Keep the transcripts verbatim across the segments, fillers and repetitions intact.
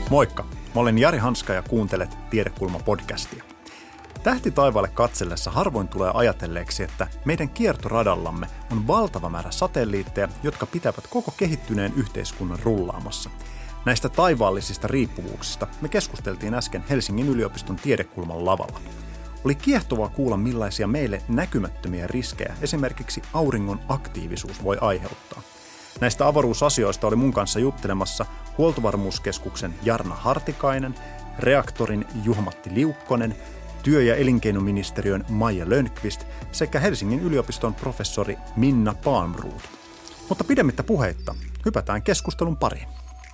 Moikka, mä olen Jari Hanska ja kuuntelet Tiedekulma-podcastia. Tähti taivaalle katsellessa harvoin tulee ajatelleeksi, että meidän kiertoradallamme on valtava määrä satelliitteja, jotka pitävät koko kehittyneen yhteiskunnan rullaamassa. Näistä taivaallisista riippuvuuksista me keskusteltiin äsken Helsingin yliopiston Tiedekulman lavalla. Oli kiehtovaa kuulla, millaisia meille näkymättömiä riskejä esimerkiksi auringon aktiivisuus voi aiheuttaa. Näistä avaruusasioista oli mun kanssa juttelemassa Huoltovarmuuskeskuksen Jarna Hartikainen, Reaktorin Juha-Matti Liukkonen, työ- ja elinkeinoministeriön Maija Lönnqvist sekä Helsingin yliopiston professori Minna Palmroth. Mutta pidemmittä puheitta, hypätään keskustelun pariin.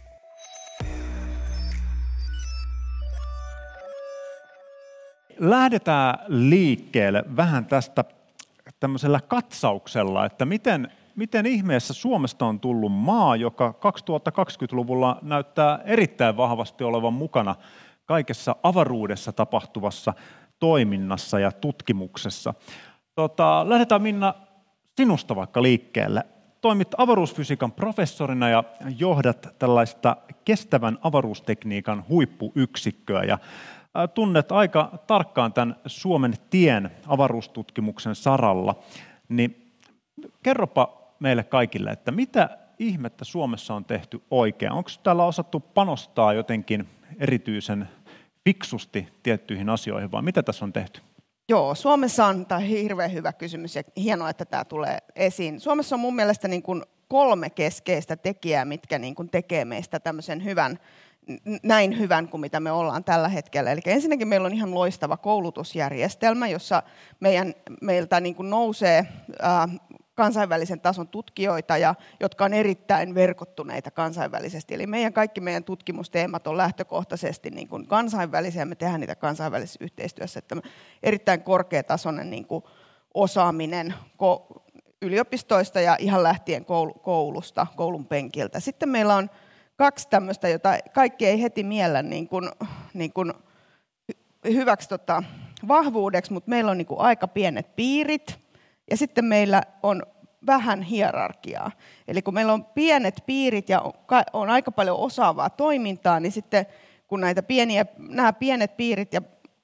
Lähdetään liikkeelle vähän tästä tämmöisellä katsauksella, että miten, miten ihmeessä Suomesta on tullut maa, joka kaksituhattakaksikymmentäluvulla näyttää erittäin vahvasti olevan mukana kaikessa avaruudessa tapahtuvassa toiminnassa ja tutkimuksessa. Tota, lähdetään Minna sinusta vaikka liikkeelle. Toimit avaruusfysiikan professorina ja johdat tällaista kestävän avaruustekniikan huippuyksikköä ja tunnet aika tarkkaan tämän Suomen tien avaruustutkimuksen saralla, niin kerropa meille kaikille, että mitä ihmettä Suomessa on tehty oikein? Onko täällä osattu panostaa jotenkin erityisen fiksusti tiettyihin asioihin, vai mitä tässä on tehty? Joo, Suomessa on, tämä on hirveän hyvä kysymys ja hienoa, että tämä tulee esiin. Suomessa on mun mielestä niin kuin kolme keskeistä tekijää, mitkä niin kuin tekee meistä tämmöisen hyvän, näin hyvän kuin mitä me ollaan tällä hetkellä. Eli ensinnäkin meillä on ihan loistava koulutusjärjestelmä, jossa meidän, meiltä niin kuin nousee ää, kansainvälisen tason tutkijoita, ja, jotka on erittäin verkottuneita kansainvälisesti. Eli meidän, kaikki meidän tutkimusteemat on lähtökohtaisesti niin kuin kansainvälisiä, me tehdään niitä kansainvälisessä yhteistyössä. Että erittäin korkeatasoinen niin kuin osaaminen ko- yliopistoista ja ihan lähtien koulusta, koulun penkiltä. Sitten meillä on kaksi tämmöistä, jota kaikki ei heti miellä niin kuin, niin kuin hyväksi tota, vahvuudeksi, mutta meillä on niin kuin aika pienet piirit ja sitten meillä on vähän hierarkiaa. Eli kun meillä on pienet piirit ja on, on aika paljon osaavaa toimintaa, niin sitten kun näitä pieniä, nämä pienet piirit ja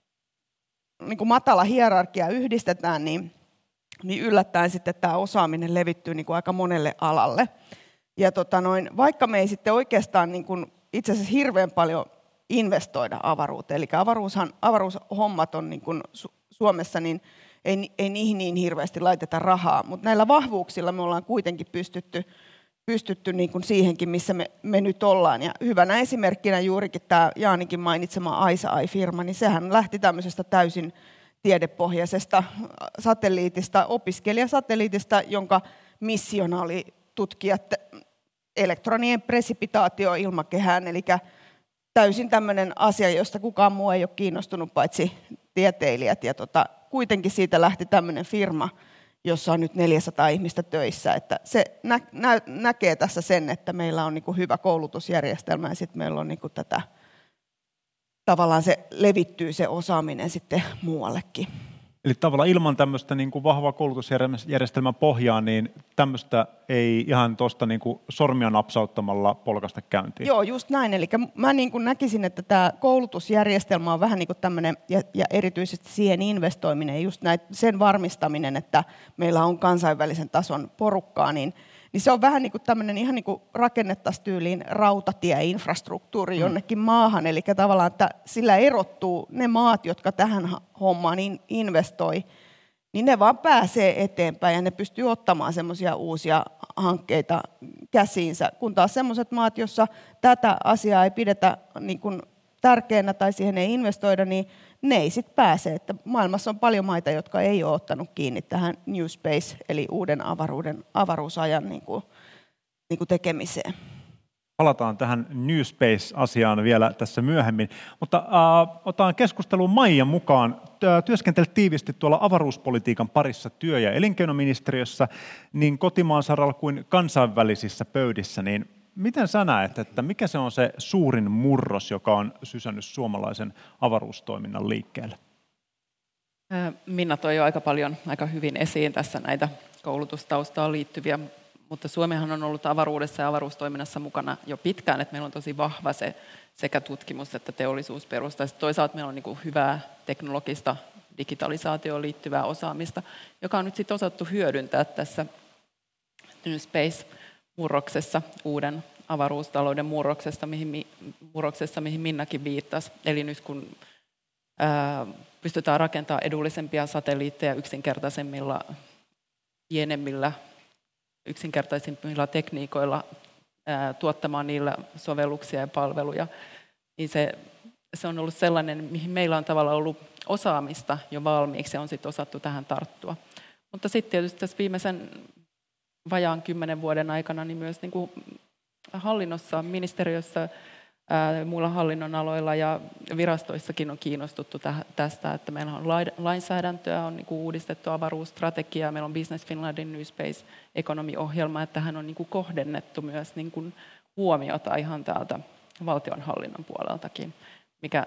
niin kuin matala hierarkia yhdistetään, niin, niin yllättäen sitten tämä osaaminen levittyy niin kuin aika monelle alalle. Ja tota noin, vaikka me ei sitten oikeastaan niin kuin itse asiassa hirveän paljon investoida avaruuteen, eli avaruushan, avaruushommat on niin kuin Suomessa, niin ei, ei niihin niin hirveästi laiteta rahaa, mutta näillä vahvuuksilla me ollaan kuitenkin pystytty, pystytty niin kuin siihenkin, missä me, me nyt ollaan. Ja hyvänä esimerkkinä juurikin tämä Jaanikin mainitsema I S A I-firma, niin sehän lähti tämmöisestä täysin tiedepohjaisesta satelliitista, opiskelijasatelliitista, jonka missiona oli tutkia elektronien presipitaatio ilmakehään, eli täysin tämmöinen asia, josta kukaan muu ei ole kiinnostunut, paitsi tieteilijät. Ja tota, kuitenkin siitä lähti tämmöinen firma, jossa on nyt neljäsataa ihmistä töissä. Että se nä- nä- näkee tässä sen, että meillä on niinku hyvä koulutusjärjestelmä ja sitten meillä on niinku tätä, tavallaan se levittyy se osaaminen sitten muuallekin. Eli tavallaan ilman tämmöistä niin kuin vahvaa koulutusjärjestelmän pohjaa, niin tämmöistä ei ihan tuosta niin kuin sormia napsauttamalla polkasta käyntiin. Joo, just näin. Eli mä niin kuin näkisin, että tämä koulutusjärjestelmä on vähän niin kuin tämmöinen, ja, ja erityisesti siihen investoiminen, just näin, sen varmistaminen, että meillä on kansainvälisen tason porukkaa, niin, niin se on vähän niin kuin tämmöinen ihan niin kuin rakennettaisiin tyyliin rautatieinfrastruktuuri jonnekin mm. maahan. Eli tavallaan, että sillä erottuu ne maat, jotka tähän hommaan investoi, niin ne vaan pääsee eteenpäin ja ne pystyy ottamaan semmoisia uusia hankkeita käsiinsä. Kun taas semmoiset maat, joissa tätä asiaa ei pidetä niin kuin tärkeänä tai siihen ei investoida, niin ne ei sitten pääse. Että maailmassa on paljon maita, jotka ei ole ottanut kiinni tähän New Space, eli uuden avaruuden, avaruusajan niin kuin, niin kuin tekemiseen. Palataan tähän New Space-asiaan vielä tässä myöhemmin, mutta äh, otan keskusteluun Maijan mukaan. Työskentelet tiivisti tuolla avaruuspolitiikan parissa työ- ja elinkeinoministeriössä, niin kotimaan saralla kuin kansainvälisissä pöydissä, niin miten sä näet, että mikä se on se suurin murros, joka on sysännyt suomalaisen avaruustoiminnan liikkeelle? Minna toi jo aika paljon, aika hyvin esiin tässä näitä koulutustaustaan liittyviä Mutta Suomihan on ollut avaruudessa ja avaruustoiminnassa mukana jo pitkään, että meillä on tosi vahva se sekä tutkimus- että teollisuusperusta. Sitten toisaalta meillä on niin kuin hyvää teknologista digitalisaatioon liittyvää osaamista, joka on nyt sitten osattu hyödyntää tässä New Space-murroksessa, uuden avaruustalouden murroksessa, mihin, murroksessa, mihin Minnakin viittasi. Eli nyt kun ää, pystytään rakentamaan edullisempia satelliitteja yksinkertaisemmilla, pienemmillä, yksinkertaisimmilla tekniikoilla, ää, tuottamaan niillä sovelluksia ja palveluja, niin se, se on ollut sellainen, mihin meillä on tavallaan ollut osaamista jo valmiiksi ja on sitten osattu tähän tarttua. Mutta sitten tietysti tässä viimeisen vajaan kymmenen vuoden aikana niin myös niin kuin hallinnossa, ministeriössä, ää, muilla hallinnonaloilla ja virastoissakin on kiinnostuttu tästä, että meillä on lainsäädäntöä, on niin kuin uudistettu avaruusstrategiaa, meillä on Business Finlandin New Space Economy-ohjelma, että tähän on niin kuin kohdennettu myös niin kuin huomiota ihan täältä valtionhallinnon puoleltakin, mikä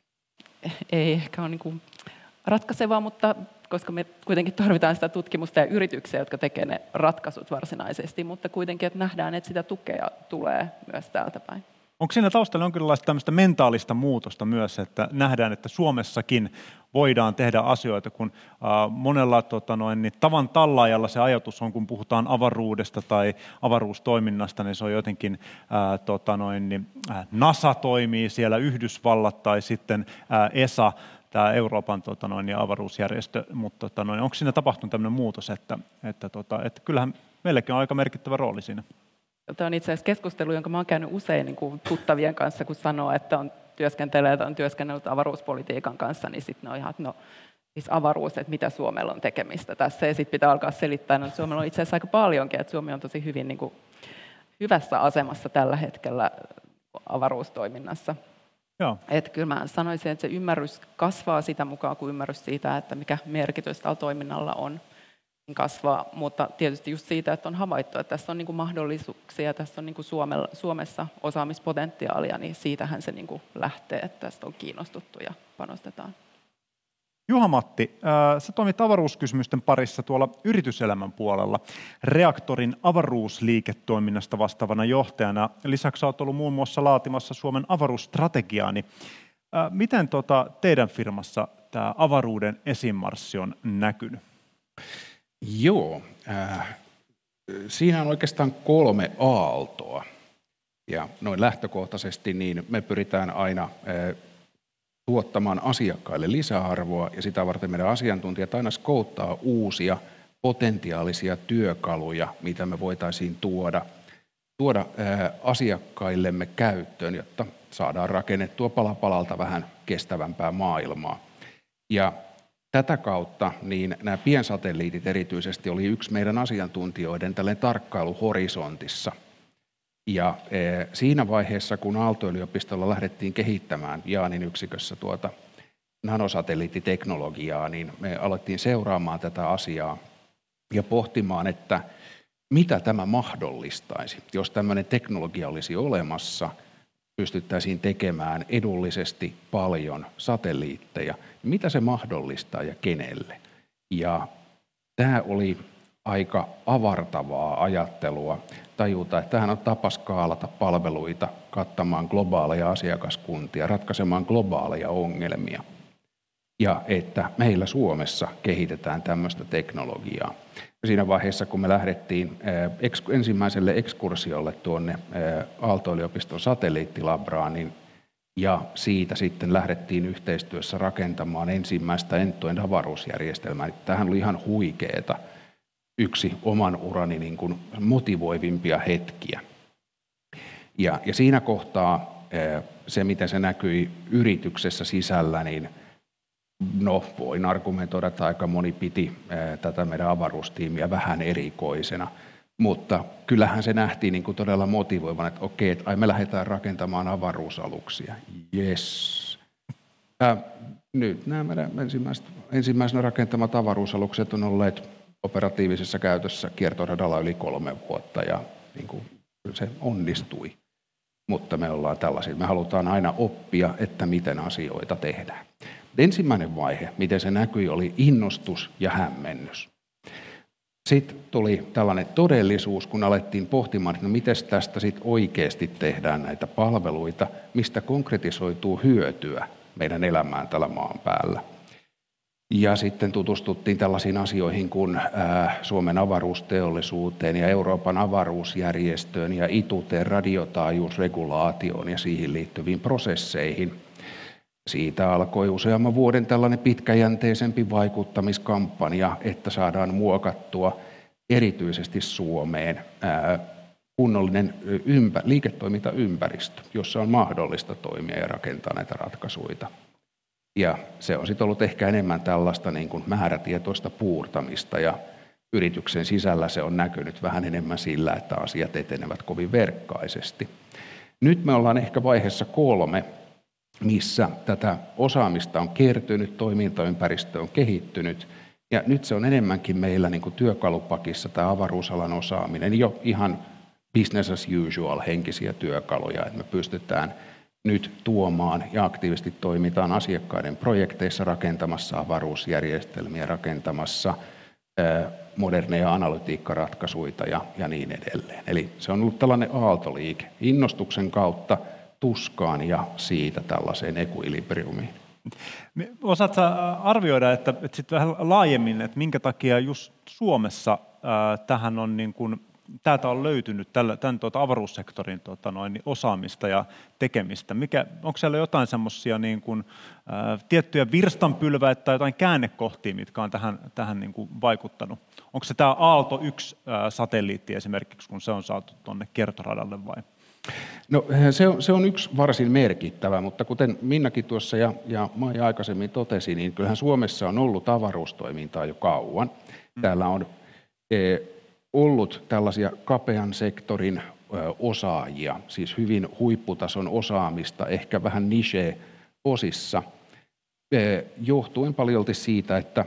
ei ehkä ole niin kuin ratkaisevaa, mutta koska me kuitenkin tarvitaan sitä tutkimusta ja yrityksiä, jotka tekevät ne ratkaisut varsinaisesti, mutta kuitenkin, että nähdään, että sitä tukea tulee myös täältä päin. Onko siinä taustalla jonkinlaista tämmöistä mentaalista muutosta myös, että nähdään, että Suomessakin voidaan tehdä asioita, kun äh, monella tota noin, niin tavan tallaajalla se ajatus on, kun puhutaan avaruudesta tai avaruustoiminnasta, niin se on jotenkin, äh, tota noin, niin, äh, NASA toimii siellä, Yhdysvallat tai sitten äh, E S A, tämä Euroopan tota noin, niin avaruusjärjestö, mutta tota noin, onko siinä tapahtunut tämmöinen muutos, että, että, tota, että kyllähän meilläkin on aika merkittävä rooli siinä? Tämä on itse asiassa keskustelu, jonka mä olen käynyt usein niin kuin tuttavien kanssa, kun sanoo, että on työskentelee tai on työskennellyt avaruuspolitiikan kanssa, niin sitten ne on ihan, että no siis avaruus, että mitä Suomella on tekemistä tässä, ja sitten pitää alkaa selittää, että Suomella on itse asiassa aika paljonkin, että Suomi on tosi hyvin niin kuin, hyvässä asemassa tällä hetkellä avaruustoiminnassa. Joo. Että kyllä mä sanoisin, että se ymmärrys kasvaa sitä mukaan, kuin ymmärrys siitä, että mikä merkitys tällä toiminnalla on, niin kasvaa. Mutta tietysti just siitä, että on havaittu, että tässä on niin kuin mahdollisuuksia, tässä on niin kuin Suomella, Suomessa osaamispotentiaalia, niin siitähän se niin kuin lähtee, että tästä on kiinnostuttu ja panostetaan. Juha-Matti, sä toimit avaruuskysymysten parissa tuolla yrityselämän puolella Reaktorin avaruusliiketoiminnasta vastaavana johtajana. Lisäksi olet ollut muun muassa laatimassa Suomen avaruusstrategiaa. Niin miten tota teidän firmassa tämä avaruuden esimarssi on näkynyt? Joo, äh, siinä on oikeastaan kolme aaltoa. Ja noin lähtökohtaisesti niin me pyritään aina äh, tuottamaan asiakkaille lisäarvoa, ja sitä varten meidän asiantuntijat aina skouttaa uusia potentiaalisia työkaluja, mitä me voitaisiin tuoda, tuoda ää, asiakkaillemme käyttöön, jotta saadaan rakennettua pala palalta vähän kestävämpää maailmaa. Ja tätä kautta niin nämä piensatelliitit erityisesti oli yksi meidän asiantuntijoiden tällainen tarkkailu horisontissa. Ja e, siinä vaiheessa, kun Aalto-yliopistolla lähdettiin kehittämään Jaanin yksikössä tuota nanosatelliittiteknologiaa, niin me alettiin seuraamaan tätä asiaa ja pohtimaan, että mitä tämä mahdollistaisi. Jos tämmöinen teknologia olisi olemassa, pystyttäisiin tekemään edullisesti paljon satelliitteja. Mitä se mahdollistaa ja kenelle? Ja tämä oli aika avartavaa ajattelua tajuta, että tämähän on tapa skaalata palveluita, kattamaan globaaleja asiakaskuntia, ratkaisemaan globaaleja ongelmia. Ja että meillä Suomessa kehitetään tämmöistä teknologiaa. Siinä vaiheessa, kun me lähdettiin ensimmäiselle ekskursiolle tuonne Aalto-yliopiston satelliittilabraan, niin ja siitä sitten lähdettiin yhteistyössä rakentamaan ensimmäistä end-to-end avaruusjärjestelmää. Tämähän oli ihan huikeeta. Yksi oman urani niin kuin motivoivimpia hetkiä. Ja, ja siinä kohtaa se, miten se näkyi yrityksessä sisällä, niin no, voin argumentoida, että aika moni piti tätä meidän avaruustiimiä vähän erikoisena. Mutta kyllähän se nähtiin niin kuin todella motivoivana, että okei, että ai me lähdetään rakentamaan avaruusaluksia. Yes. Ja nyt nämä meidän ensimmäisenä rakentamat avaruusalukset on olleet operatiivisessa käytössä kiertoradalla yli kolme vuotta ja niin kuin se onnistui. Mutta me ollaan tällaisia. Me halutaan aina oppia, että miten asioita tehdään. Ensimmäinen vaihe, miten se näkyi, oli innostus ja hämmennys. Sitten tuli tällainen todellisuus, kun alettiin pohtimaan, että no miten tästä sitten oikeasti tehdään näitä palveluita, mistä konkretisoituu hyötyä meidän elämään tällä maan päällä. Ja sitten tutustuttiin tällaisiin asioihin kuin Suomen avaruusteollisuuteen ja Euroopan avaruusjärjestöön ja I T U T:n radiotaajuusregulaatioon ja siihen liittyviin prosesseihin. Siitä alkoi useamman vuoden tällainen pitkäjänteisempi vaikuttamiskampanja, että saadaan muokattua erityisesti Suomeen kunnollinen ympä, liiketoimintaympäristö, jossa on mahdollista toimia ja rakentaa näitä ratkaisuja. Ja se on sitten ollut ehkä enemmän tällaista niin kuin määrätietoista puurtamista ja yrityksen sisällä se on näkynyt vähän enemmän sillä, että asiat etenevät kovin verkkaisesti. Nyt me ollaan ehkä vaiheessa kolme, missä tätä osaamista on kertynyt, toimintaympäristö on kehittynyt ja nyt se on enemmänkin meillä niin kuin työkalupakissa tämä avaruusalan osaaminen, jo ihan business as usual henkisiä työkaluja, että me pystytään nyt tuomaan ja aktiivisesti toimitaan asiakkaiden projekteissa rakentamassa avaruusjärjestelmiä, rakentamassa moderneja analytiikkaratkaisuja ja, ja niin edelleen. Eli se on ollut tällainen aaltoliike innostuksen kautta tuskaan ja siitä tällaiseen equilibriumiin. Osaatko arvioida, että, että sit vähän laajemmin, että minkä takia just Suomessa ää, tähän on niin kuin täältä on löytynyt tällä, tämän tuota avaruussektorin tuota noin, niin osaamista ja tekemistä. Mikä, onko siellä jotain semmoisia niin kuin, ä, tiettyjä virstanpylväitä tai jotain käännekohtia, mitkä on tähän, tähän niin kuin vaikuttanut? Onko se tämä Aalto yksi ä, satelliitti esimerkiksi, kun se on saatu tuonne kiertoradalle vai? No se on, se on yksi varsin merkittävä, mutta kuten Minnakin tuossa ja, ja Maija aikaisemmin totesi, niin kyllähän Suomessa on ollut avaruustoimintaa jo kauan. Hmm. Täällä on e, ollut tällaisia kapean sektorin ö, osaajia, siis hyvin huipputason osaamista, ehkä vähän niche-osissa, e, johtuen paljolti siitä, että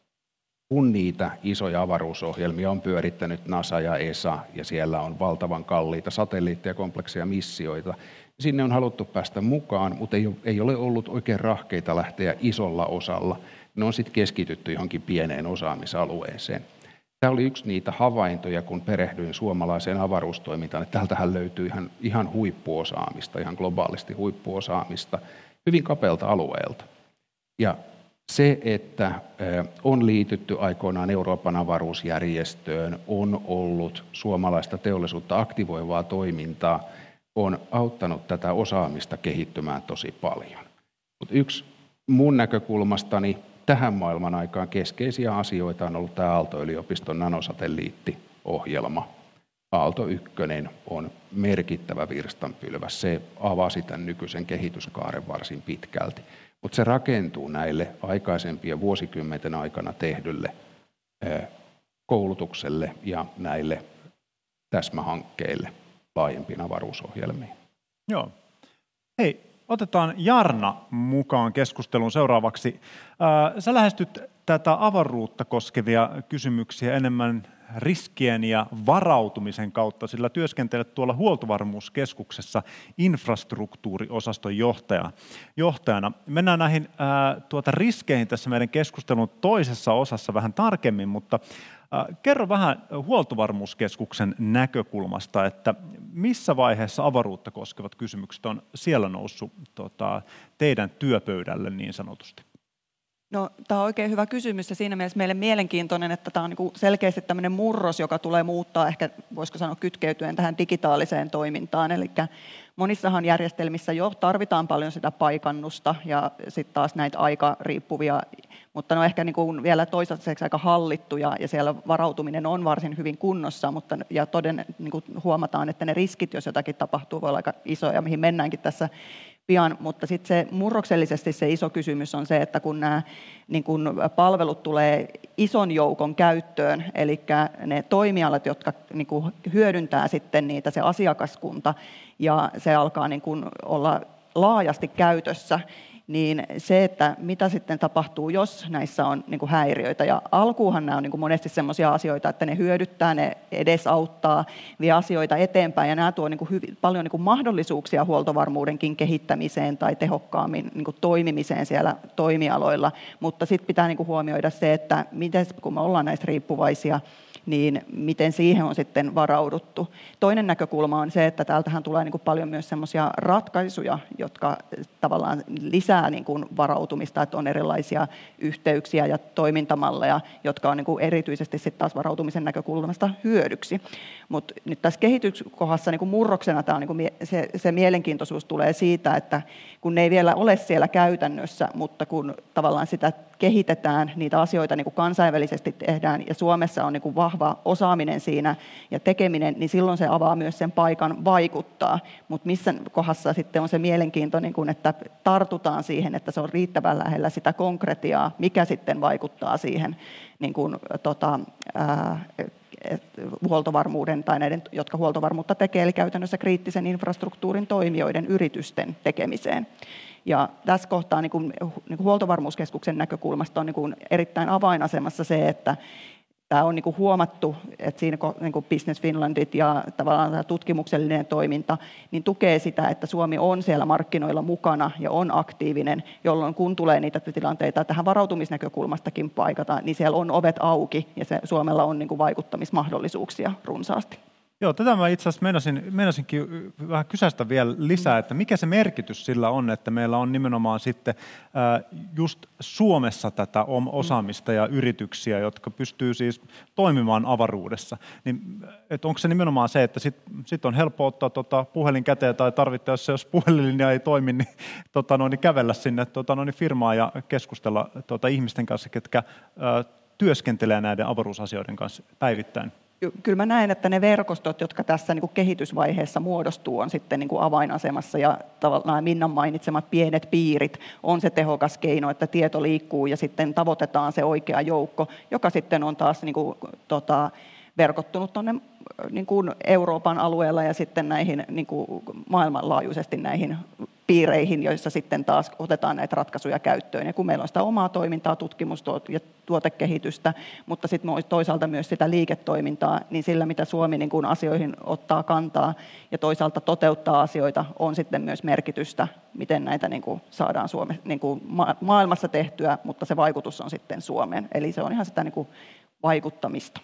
kun niitä isoja avaruusohjelmia on pyörittänyt NASA ja E S A, ja siellä on valtavan kalliita satelliitteja, komplekseja missioita, sinne on haluttu päästä mukaan, mutta ei ole ollut oikein rahkeita lähteä isolla osalla. Ne on sitten keskitytty johonkin pieneen osaamisalueeseen. Tämä oli yksi niitä havaintoja, kun perehdyin suomalaiseen avaruustoimintaan, että täältähän löytyy ihan, ihan huippuosaamista, ihan globaalisti huippuosaamista, hyvin kapealta alueelta. Ja se, että on liitytty aikoinaan Euroopan avaruusjärjestöön, on ollut suomalaista teollisuutta aktivoivaa toimintaa, on auttanut tätä osaamista kehittymään tosi paljon. Mutta yksi mun näkökulmastani tähän maailman aikaan keskeisiä asioita on ollut tämä Aalto-yliopiston nanosatelliittiohjelma. Aalto yksi on merkittävä virstanpylväs. Se avasi tämän nykyisen kehityskaaren varsin pitkälti. Mutta se rakentuu näille aikaisempien vuosikymmenten aikana tehdylle koulutukselle ja näille täsmähankkeille laajempiin avaruusohjelmiin. Joo. Hei, otetaan Jarna mukaan keskusteluun seuraavaksi. Sä lähestyt tätä avaruutta koskevia kysymyksiä enemmän riskien ja varautumisen kautta, sillä työskentelet tuolla Huoltovarmuuskeskuksessa infrastruktuuriosaston johtaja, johtajana. Mennään näihin ää, tuota riskeihin tässä meidän keskustelun toisessa osassa vähän tarkemmin, mutta ää, kerro vähän Huoltovarmuuskeskuksen näkökulmasta, että missä vaiheessa avaruutta koskevat kysymykset on siellä noussut tota, teidän työpöydälle niin sanotusti? No, tämä on oikein hyvä kysymys ja siinä mielessä meille mielenkiintoinen, että tämä on niin kuin selkeästi tämmöinen murros, joka tulee muuttaa ehkä, voisiko sanoa, kytkeytyen tähän digitaaliseen toimintaan. Eli monissahan järjestelmissä jo tarvitaan paljon sitä paikannusta ja sitten taas näitä aikariippuvia, mutta ne on ehkä niin kuin vielä toistaiseksi aika hallittuja ja siellä varautuminen on varsin hyvin kunnossa, mutta ja toden, niin kuin huomataan, että ne riskit, jos jotakin tapahtuu, voi olla aika isoja, mihin mennäänkin tässä pian, mutta sitten se murroksellisesti se iso kysymys on se, että kun nämä niin kun palvelut tulee ison joukon käyttöön, eli ne toimialat, jotka niin kun hyödyntää sitten niitä, se asiakaskunta, ja se alkaa niin kun olla laajasti käytössä, niin se, että mitä sitten tapahtuu, jos näissä on niin kuin häiriöitä. Ja alkuunhan nämä on niin kuin monesti sellaisia asioita, että ne hyödyttää, ne edesauttaa, vie asioita eteenpäin, ja nämä tuo niin kuin hyvin, paljon niin kuin mahdollisuuksia huoltovarmuudenkin kehittämiseen tai tehokkaammin niin kuin toimimiseen siellä toimialoilla, mutta sitten pitää niin kuin huomioida se, että miten, kun me ollaan näistä riippuvaisia, niin miten siihen on sitten varauduttu. Toinen näkökulma on se, että täältähän tulee niin kuin paljon myös semmoisia ratkaisuja, jotka tavallaan lisää niin kuin varautumista, että on erilaisia yhteyksiä ja toimintamalleja, jotka on niin kuin erityisesti sitten taas varautumisen näkökulmasta hyödyksi. Mutta nyt tässä kehityskohdassa niin kuin murroksena tämä on niin kuin se, se mielenkiintoisuus tulee siitä, että kun ne ei vielä ole siellä käytännössä, mutta kun tavallaan sitä kehitetään, niitä asioita niin kuin kansainvälisesti tehdään ja Suomessa on niin kuin vahva osaaminen siinä ja tekeminen, niin silloin se avaa myös sen paikan vaikuttaa. Mutta missä kohdassa sitten on se mielenkiinto, niin kuin, että tartutaan siihen, että se on riittävän lähellä sitä konkretiaa, mikä sitten vaikuttaa siihen niin kuin, tota, ää, huoltovarmuuden tai näiden, jotka huoltovarmuutta tekee, eli käytännössä kriittisen infrastruktuurin toimijoiden yritysten tekemiseen. Ja tässä kohtaa niin kuin, niin kuin huoltovarmuuskeskuksen näkökulmasta on niin kuin erittäin avainasemassa se, että tämä on niin kuin huomattu, että siinä niin kuin Business Finlandit ja tavallaan tämä tutkimuksellinen toiminta niin tukee sitä, että Suomi on siellä markkinoilla mukana ja on aktiivinen, jolloin kun tulee niitä tilanteita tähän varautumisnäkökulmastakin paikata, niin siellä on ovet auki ja se, Suomella on niin kuin vaikuttamismahdollisuuksia runsaasti. Joo, tätä mä itse asiassa meinasin, meinasinkin vähän kysästä vielä lisää, että mikä se merkitys sillä on, että meillä on nimenomaan sitten just Suomessa tätä osaamista ja yrityksiä, jotka pystyy siis toimimaan avaruudessa. Niin, että onko se nimenomaan se, että sitten sit on helppo ottaa tota puhelin käteen tai tarvittaessa, jos puhelinlinja ei toimi, niin, tota noin, niin kävellä sinne tota noin, firmaan ja keskustella tota ihmisten kanssa, ketkä ää, työskentelee näiden avaruusasioiden kanssa päivittäin. Kyllä mä näen, että ne verkostot, jotka tässä niin kuin kehitysvaiheessa muodostuu, on sitten niin kuin avainasemassa ja tavallaan Minnan mainitsemat pienet piirit on se tehokas keino, että tieto liikkuu ja sitten tavoitetaan se oikea joukko, joka sitten on taas niin kuin, tota, verkottunut tuonne niin kuin Euroopan alueella ja sitten näihin niin kuin maailmanlaajuisesti näihin piireihin, joissa sitten taas otetaan näitä ratkaisuja käyttöön. Ja kun meillä on sitä omaa toimintaa, tutkimusta ja tuotekehitystä, mutta sitten toisaalta myös sitä liiketoimintaa, niin sillä mitä Suomi niin kuin asioihin ottaa kantaa ja toisaalta toteuttaa asioita, on sitten myös merkitystä, miten näitä niin kuin saadaan Suome, niin kuin maailmassa tehtyä, mutta se vaikutus on sitten Suomeen. Eli se on ihan sitä niin kuin vaikuttamista.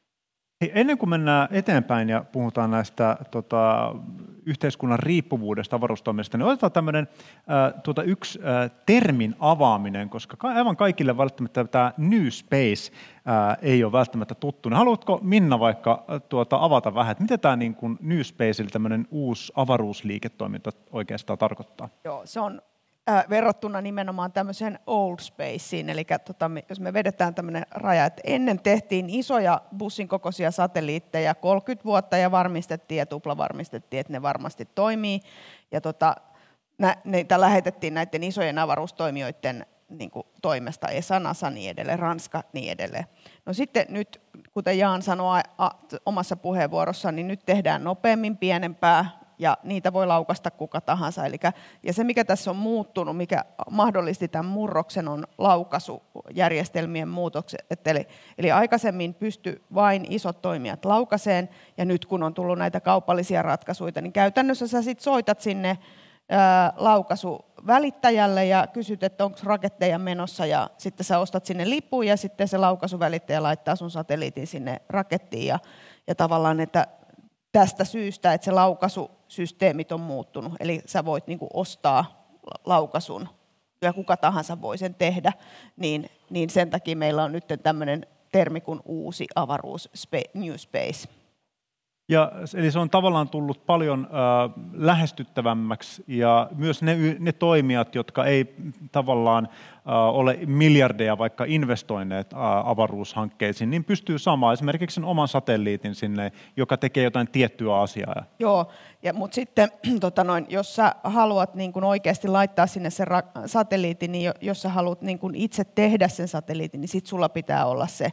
Ennen kuin mennään eteenpäin ja puhutaan näistä tota, yhteiskunnan riippuvuudesta avaruustoiminnasta, niin otetaan tämmöinen äh, tuota, yksi äh, termin avaaminen, koska aivan kaikille välttämättä tämä New Space äh, ei ole välttämättä tuttu. Haluatko Minna vaikka äh, tuota, avata vähän, että mitä tämä niin kuin New Spaceillä tämmöinen uusi avaruusliiketoiminta oikeastaan tarkoittaa? Joo, se on Äh, verrattuna nimenomaan tämmöiseen old spaceen, eli tota, jos me vedetään tämmöinen raja, että ennen tehtiin isoja bussin kokoisia satelliitteja kolmekymmentä vuotta ja varmistettiin ja tuplavarmistettiin, että ne varmasti toimii, ja tota, nä, niitä lähetettiin näiden isojen avaruustoimijoiden niin kuin toimesta, E S A, NASA, niin edelleen, Ranska, niin edelleen. No sitten nyt, kuten Jaan sanoi a, omassa puheenvuorossaan, niin nyt tehdään nopeammin, pienempää, ja niitä voi laukasta kuka tahansa. Elikkä, ja se, mikä tässä on muuttunut, mikä mahdollisti tämän murroksen, on laukaisujärjestelmien muutokset. Eli, eli aikaisemmin pystyi vain isot toimijat laukaseen, ja nyt kun on tullut näitä kaupallisia ratkaisuja, niin käytännössä sä sit soitat sinne ää, laukaisuvälittäjälle ja kysyt, että onko raketteja menossa, ja sitten sä ostat sinne lipun, ja sitten se laukaisuvälittäjä laittaa sun satelliitin sinne rakettiin, ja, ja tavallaan, että tästä syystä, että se laukaisusysteemit on muuttunut. Eli sä voit niin kuin ostaa laukaisun, ja kuka tahansa voi sen tehdä, niin, niin sen takia meillä on nyt tämmöinen termi kuin uusi avaruus, New Space. Ja, eli se on tavallaan tullut paljon äh, lähestyttävämmäksi, ja myös ne, ne toimijat, jotka ei tavallaan äh, ole miljardeja vaikka investoineet äh, avaruushankkeisiin, niin pystyy saamaan esimerkiksi sen oman satelliitin sinne, joka tekee jotain tiettyä asiaa. Joo, ja, mutta sitten tota noin, jos sä haluat niin kun oikeasti laittaa sinne sen ra- satelliitin, niin jos sä haluat niin kun itse tehdä sen satelliitin, niin sitten sulla pitää olla se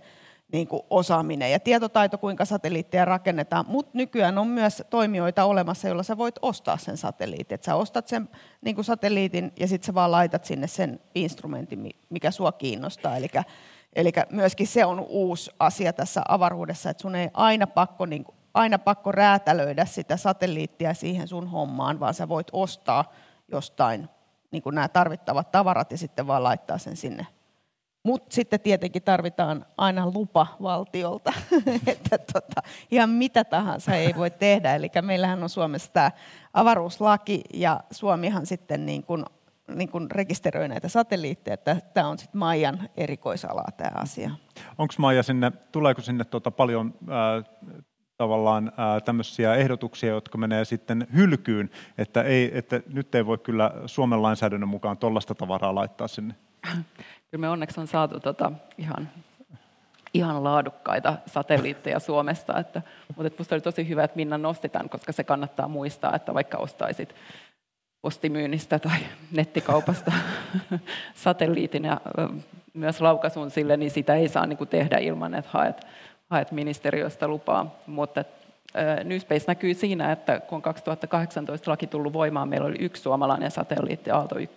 niin kuin osaaminen ja tietotaito, kuinka satelliitteja rakennetaan, mutta nykyään on myös toimijoita olemassa, joilla sä voit ostaa sen satelliitin. Et sä ostat sen niin kuin satelliitin ja sitten sä vaan laitat sinne sen instrumentin, mikä sua kiinnostaa. Elikkä, elikkä myöskin se on uusi asia tässä avaruudessa, että sun ei aina pakko, niin kuin, aina pakko räätälöidä sitä satelliittia siihen sun hommaan, vaan sä voit ostaa jostain niin kuin nämä tarvittavat tavarat ja sitten vaan laittaa sen sinne. Mutta sitten tietenkin tarvitaan aina lupa valtiolta, että tota, ihan mitä tahansa ei voi tehdä. Eli meillähän on Suomessa tämä avaruuslaki ja Suomihan sitten niin kun, niin kun rekisteröi näitä satelliitteja. Tämä on sitten Maijan erikoisalaa tämä asia. Onko Maija sinne, tuleeko sinne tuota paljon ää, tavallaan ää, tämmöisiä ehdotuksia, jotka menee sitten hylkyyn, että, ei, että nyt ei voi kyllä Suomen lainsäädännön mukaan tuollaista tavaraa laittaa sinne? Kyllä me onneksi on saatu tota ihan, ihan laadukkaita satelliitteja Suomesta, että, mutta minusta oli tosi hyvä, että Minna nosti tämän, koska se kannattaa muistaa, että vaikka ostaisit postimyynnistä tai nettikaupasta satelliitin ja myös laukaisun sille, niin sitä ei saa niin kuin tehdä ilman, että haet, haet ministeriöstä lupaa. Mutta NewSpace näkyy siinä, että kun on kaksituhattakahdeksantoista laki tullut voimaan, meillä oli yksi suomalainen satelliitti, Aalto yksi.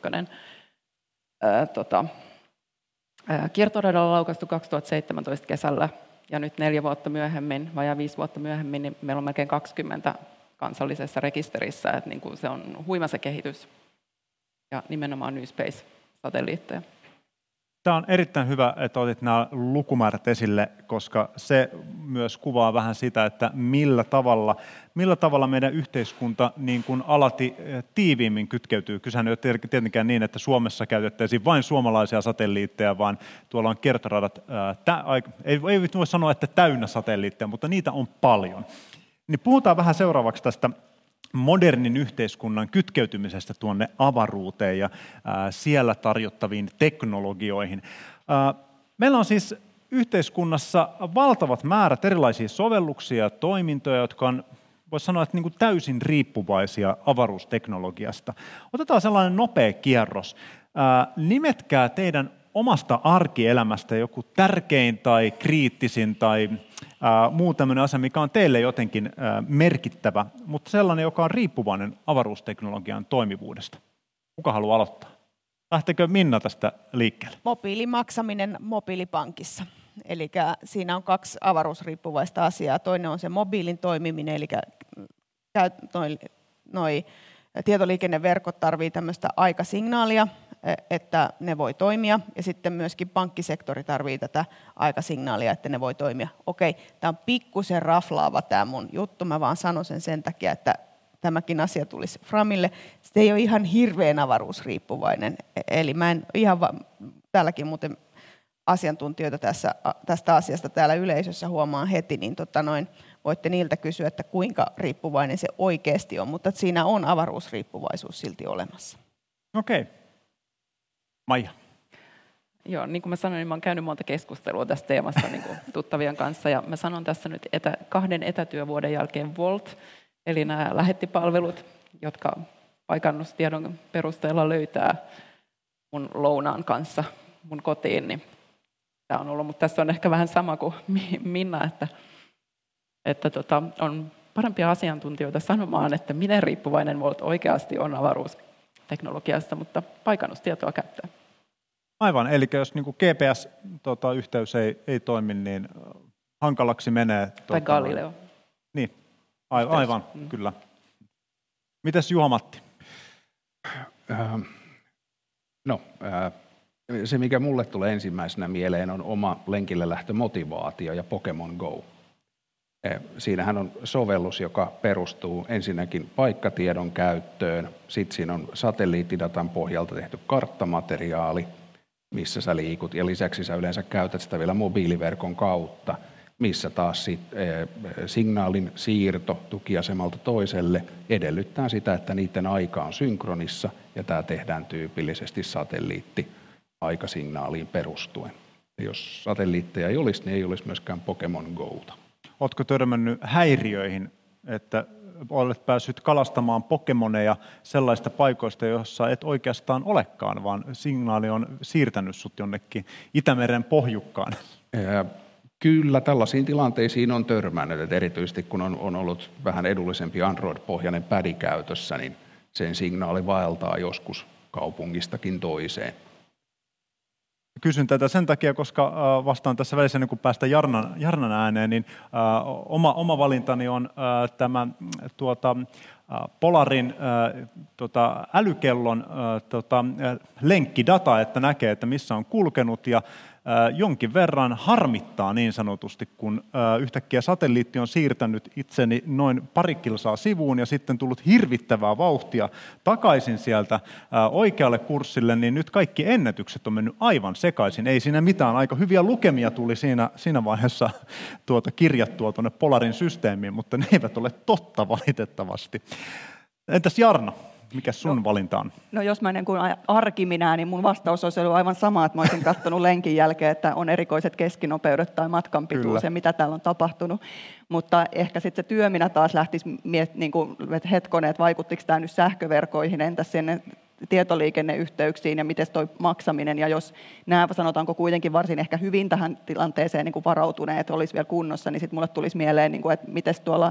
Ää, tota, ää, kiertoradalla laukaistu kaksituhattaseitsemäntoista kesällä, ja nyt neljä vuotta myöhemmin, vajaa viisi vuotta myöhemmin, niin meillä on melkein kaksikymmentä kansallisessa rekisterissä, että niin kuin se on huima se kehitys, ja nimenomaan NewSpace-satelliitteja. Tämä on erittäin hyvä, että otit nämä lukumäärät esille, koska se myös kuvaa vähän sitä, että millä tavalla, millä tavalla meidän yhteiskunta niin kuin alati tiiviimmin kytkeytyy. Kysehän ei ole tietenkään niin, että Suomessa käytettäisiin vain suomalaisia satelliitteja, vaan tuolla on kiertoradat, tä, ei, ei voi sanoa, että täynnä satelliitteja, mutta niitä on paljon. Niin puhutaan vähän seuraavaksi tästä modernin yhteiskunnan kytkeytymisestä tuonne avaruuteen ja ää, siellä tarjottaviin teknologioihin. Ää, meillä on siis yhteiskunnassa valtavat määrät erilaisia sovelluksia ja toimintoja, jotka on, voisi sanoa, että niin kuin täysin riippuvaisia avaruusteknologiasta. Otetaan sellainen nopea kierros. Ää, nimetkää teidän omasta arkielämästä joku tärkein tai kriittisin tai ää, muu tämmöinen asia, mikä on teille jotenkin ää, merkittävä, mutta sellainen, joka on riippuvainen avaruusteknologian toimivuudesta. Kuka haluaa aloittaa? Lähtekö Minna tästä liikkeelle? Mobiilimaksaminen mobiilipankissa. Eli siinä on kaksi avaruusriippuvaista asiaa. Toinen on se mobiilin toimiminen, eli noi, noi tietoliikenneverkot tarvitsee tämmöistä aikasignaalia, että ne voi toimia, ja sitten myöskin pankkisektori tarvitsee tätä aikasignaalia, että ne voi toimia. Okei, tämä on pikkusen raflaava tämä mun juttu, mä vaan sanon sen sen takia, että tämäkin asia tulisi framille. Se ei ole ihan hirveän avaruusriippuvainen, eli mä en ihan va- täälläkin muuten asiantuntijoita tässä, tästä asiasta täällä yleisössä huomaan heti, niin tota noin, voitte niiltä kysyä, että kuinka riippuvainen se oikeasti on, mutta siinä on avaruusriippuvaisuus silti olemassa. Okei. Maija. Joo, niin kuin mä sanoin, niin mä oon käynyt monta keskustelua tästä teemasta niin kuin tuttavien kanssa, ja mä sanon tässä nyt etä, kahden etätyövuoden jälkeen Volt, eli nämä lähettipalvelut, jotka paikannustiedon perusteella löytää mun lounaan kanssa mun kotiin, niin tämä on ollut, mutta tässä on ehkä vähän sama kuin Minna, että, että tota, on parempia asiantuntijoita sanomaan, että miten riippuvainen Volt oikeasti on avaruusteknologiasta, mutta paikannustietoa käyttää. Aivan, eli jos niin kuin G P S-yhteys tota, ei, ei toimi, niin hankalaksi menee. Tai tota, Galileo. Niin, aivan, aivan mm. kyllä. Mites Juha-Matti? Äh, no, äh, se mikä mulle tulee ensimmäisenä mieleen on oma lenkille lähtömotivaatio ja Pokemon Go. Siinähän on sovellus, joka perustuu ensinnäkin paikkatiedon käyttöön, sitten siinä on satelliittidatan pohjalta tehty karttamateriaali, missä sä liikut, ja lisäksi sä yleensä käytät sitä vielä mobiiliverkon kautta, missä taas sit, e, signaalin siirto tukiasemalta toiselle edellyttää sitä, että niiden aika on synkronissa, ja tämä tehdään tyypillisesti satelliitti-aikasignaaliin perustuen. Ja jos satelliitteja ei olisi, niin ei olisi myöskään Pokemon Gouta. Oletko törmännyt häiriöihin, että olet päässyt kalastamaan pokemoneja sellaista paikoista, jossa et oikeastaan olekaan, vaan signaali on siirtänyt sut jonnekin Itämeren pohjukkaan? Kyllä, tällaisiin tilanteisiin on törmännyt, että erityisesti kun on, on ollut vähän edullisempi Android-pohjainen pädi käytössä, niin sen signaali vaeltaa joskus kaupungistakin toiseen. Kysyn tätä sen takia, koska vastaan tässä välissä, niin kun päästään Jarnan, Jarnan ääneen, niin äh, oma, oma valintani on äh, tämä tuota, äh, Polarin äh, tota, älykellon äh, tota, lenkkidata, että näkee, että missä on kulkenut, ja jonkin verran harmittaa niin sanotusti, kun yhtäkkiä satelliitti on siirtänyt itseni noin pari kilsaa sivuun ja sitten tullut hirvittävää vauhtia takaisin sieltä oikealle kurssille, niin nyt kaikki ennätykset on mennyt aivan sekaisin. Ei siinä mitään, aika hyviä lukemia tuli siinä, siinä vaiheessa tuota kirjattua tuonne Polarin systeemiin, mutta ne eivät ole totta valitettavasti. Entäs Jarno? Mikä sun no, valinta on? No jos mä niin kuin arki minä, niin mun vastaus olisi ollut aivan sama, että mä olisin katsonut lenkin jälkeen, että on erikoiset keskinopeudet tai matkan pituus ja mitä täällä on tapahtunut. Mutta ehkä sitten se työ minä taas lähtisi miet, niin kuin, että hetkonen, että vaikuttiko tämä nyt sähköverkoihin, entäs sinne tietoliikenneyhteyksiin ja miten toi maksaminen, ja jos nämä sanotaanko kuitenkin varsin ehkä hyvin tähän tilanteeseen niin kuin varautuneet, olisi vielä kunnossa, niin sitten mulle tulisi mieleen, niin kuin, että miten tuolla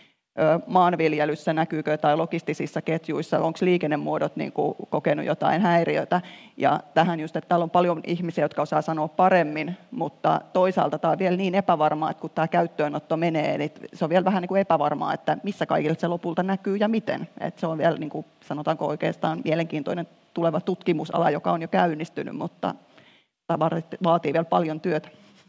maanviljelyssä näkyykö tai logistisissa ketjuissa, onko liikennemuodot niin kuin kokenut jotain häiriötä. Ja tähän just, että täällä on paljon ihmisiä, jotka osaa sanoa paremmin, mutta toisaalta tämä on vielä niin epävarmaa, että kun tämä käyttöönotto menee, niin se on vielä vähän niin kuin epävarmaa, että missä kaikille se lopulta näkyy ja miten. Että se on vielä, niin kuin, sanotaanko oikeastaan, mielenkiintoinen tuleva tutkimusala, joka on jo käynnistynyt, mutta tämä vaatii vielä paljon työtä.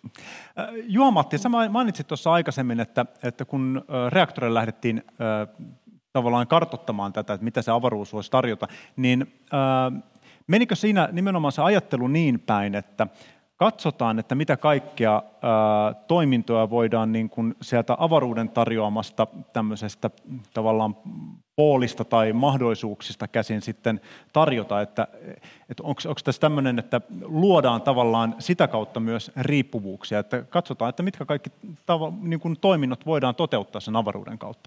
Juha-Matti, sä mainitsit tuossa aikaisemmin, että, että kun reaktorille lähdettiin äh, tavallaan kartoittamaan tätä, että mitä se avaruus voisi tarjota, niin äh, menikö siinä nimenomaan se ajattelu niin päin, että katsotaan, että mitä kaikkea äh, toimintoja voidaan niin kuin sieltä avaruuden tarjoamasta tämmöisestä tavallaan poolista tai mahdollisuuksista käsin sitten tarjota, että, että onko tässä tämmöinen, että luodaan tavallaan sitä kautta myös riippuvuuksia, että katsotaan, että mitkä kaikki tava, niin kuin toiminnot voidaan toteuttaa sen avaruuden kautta?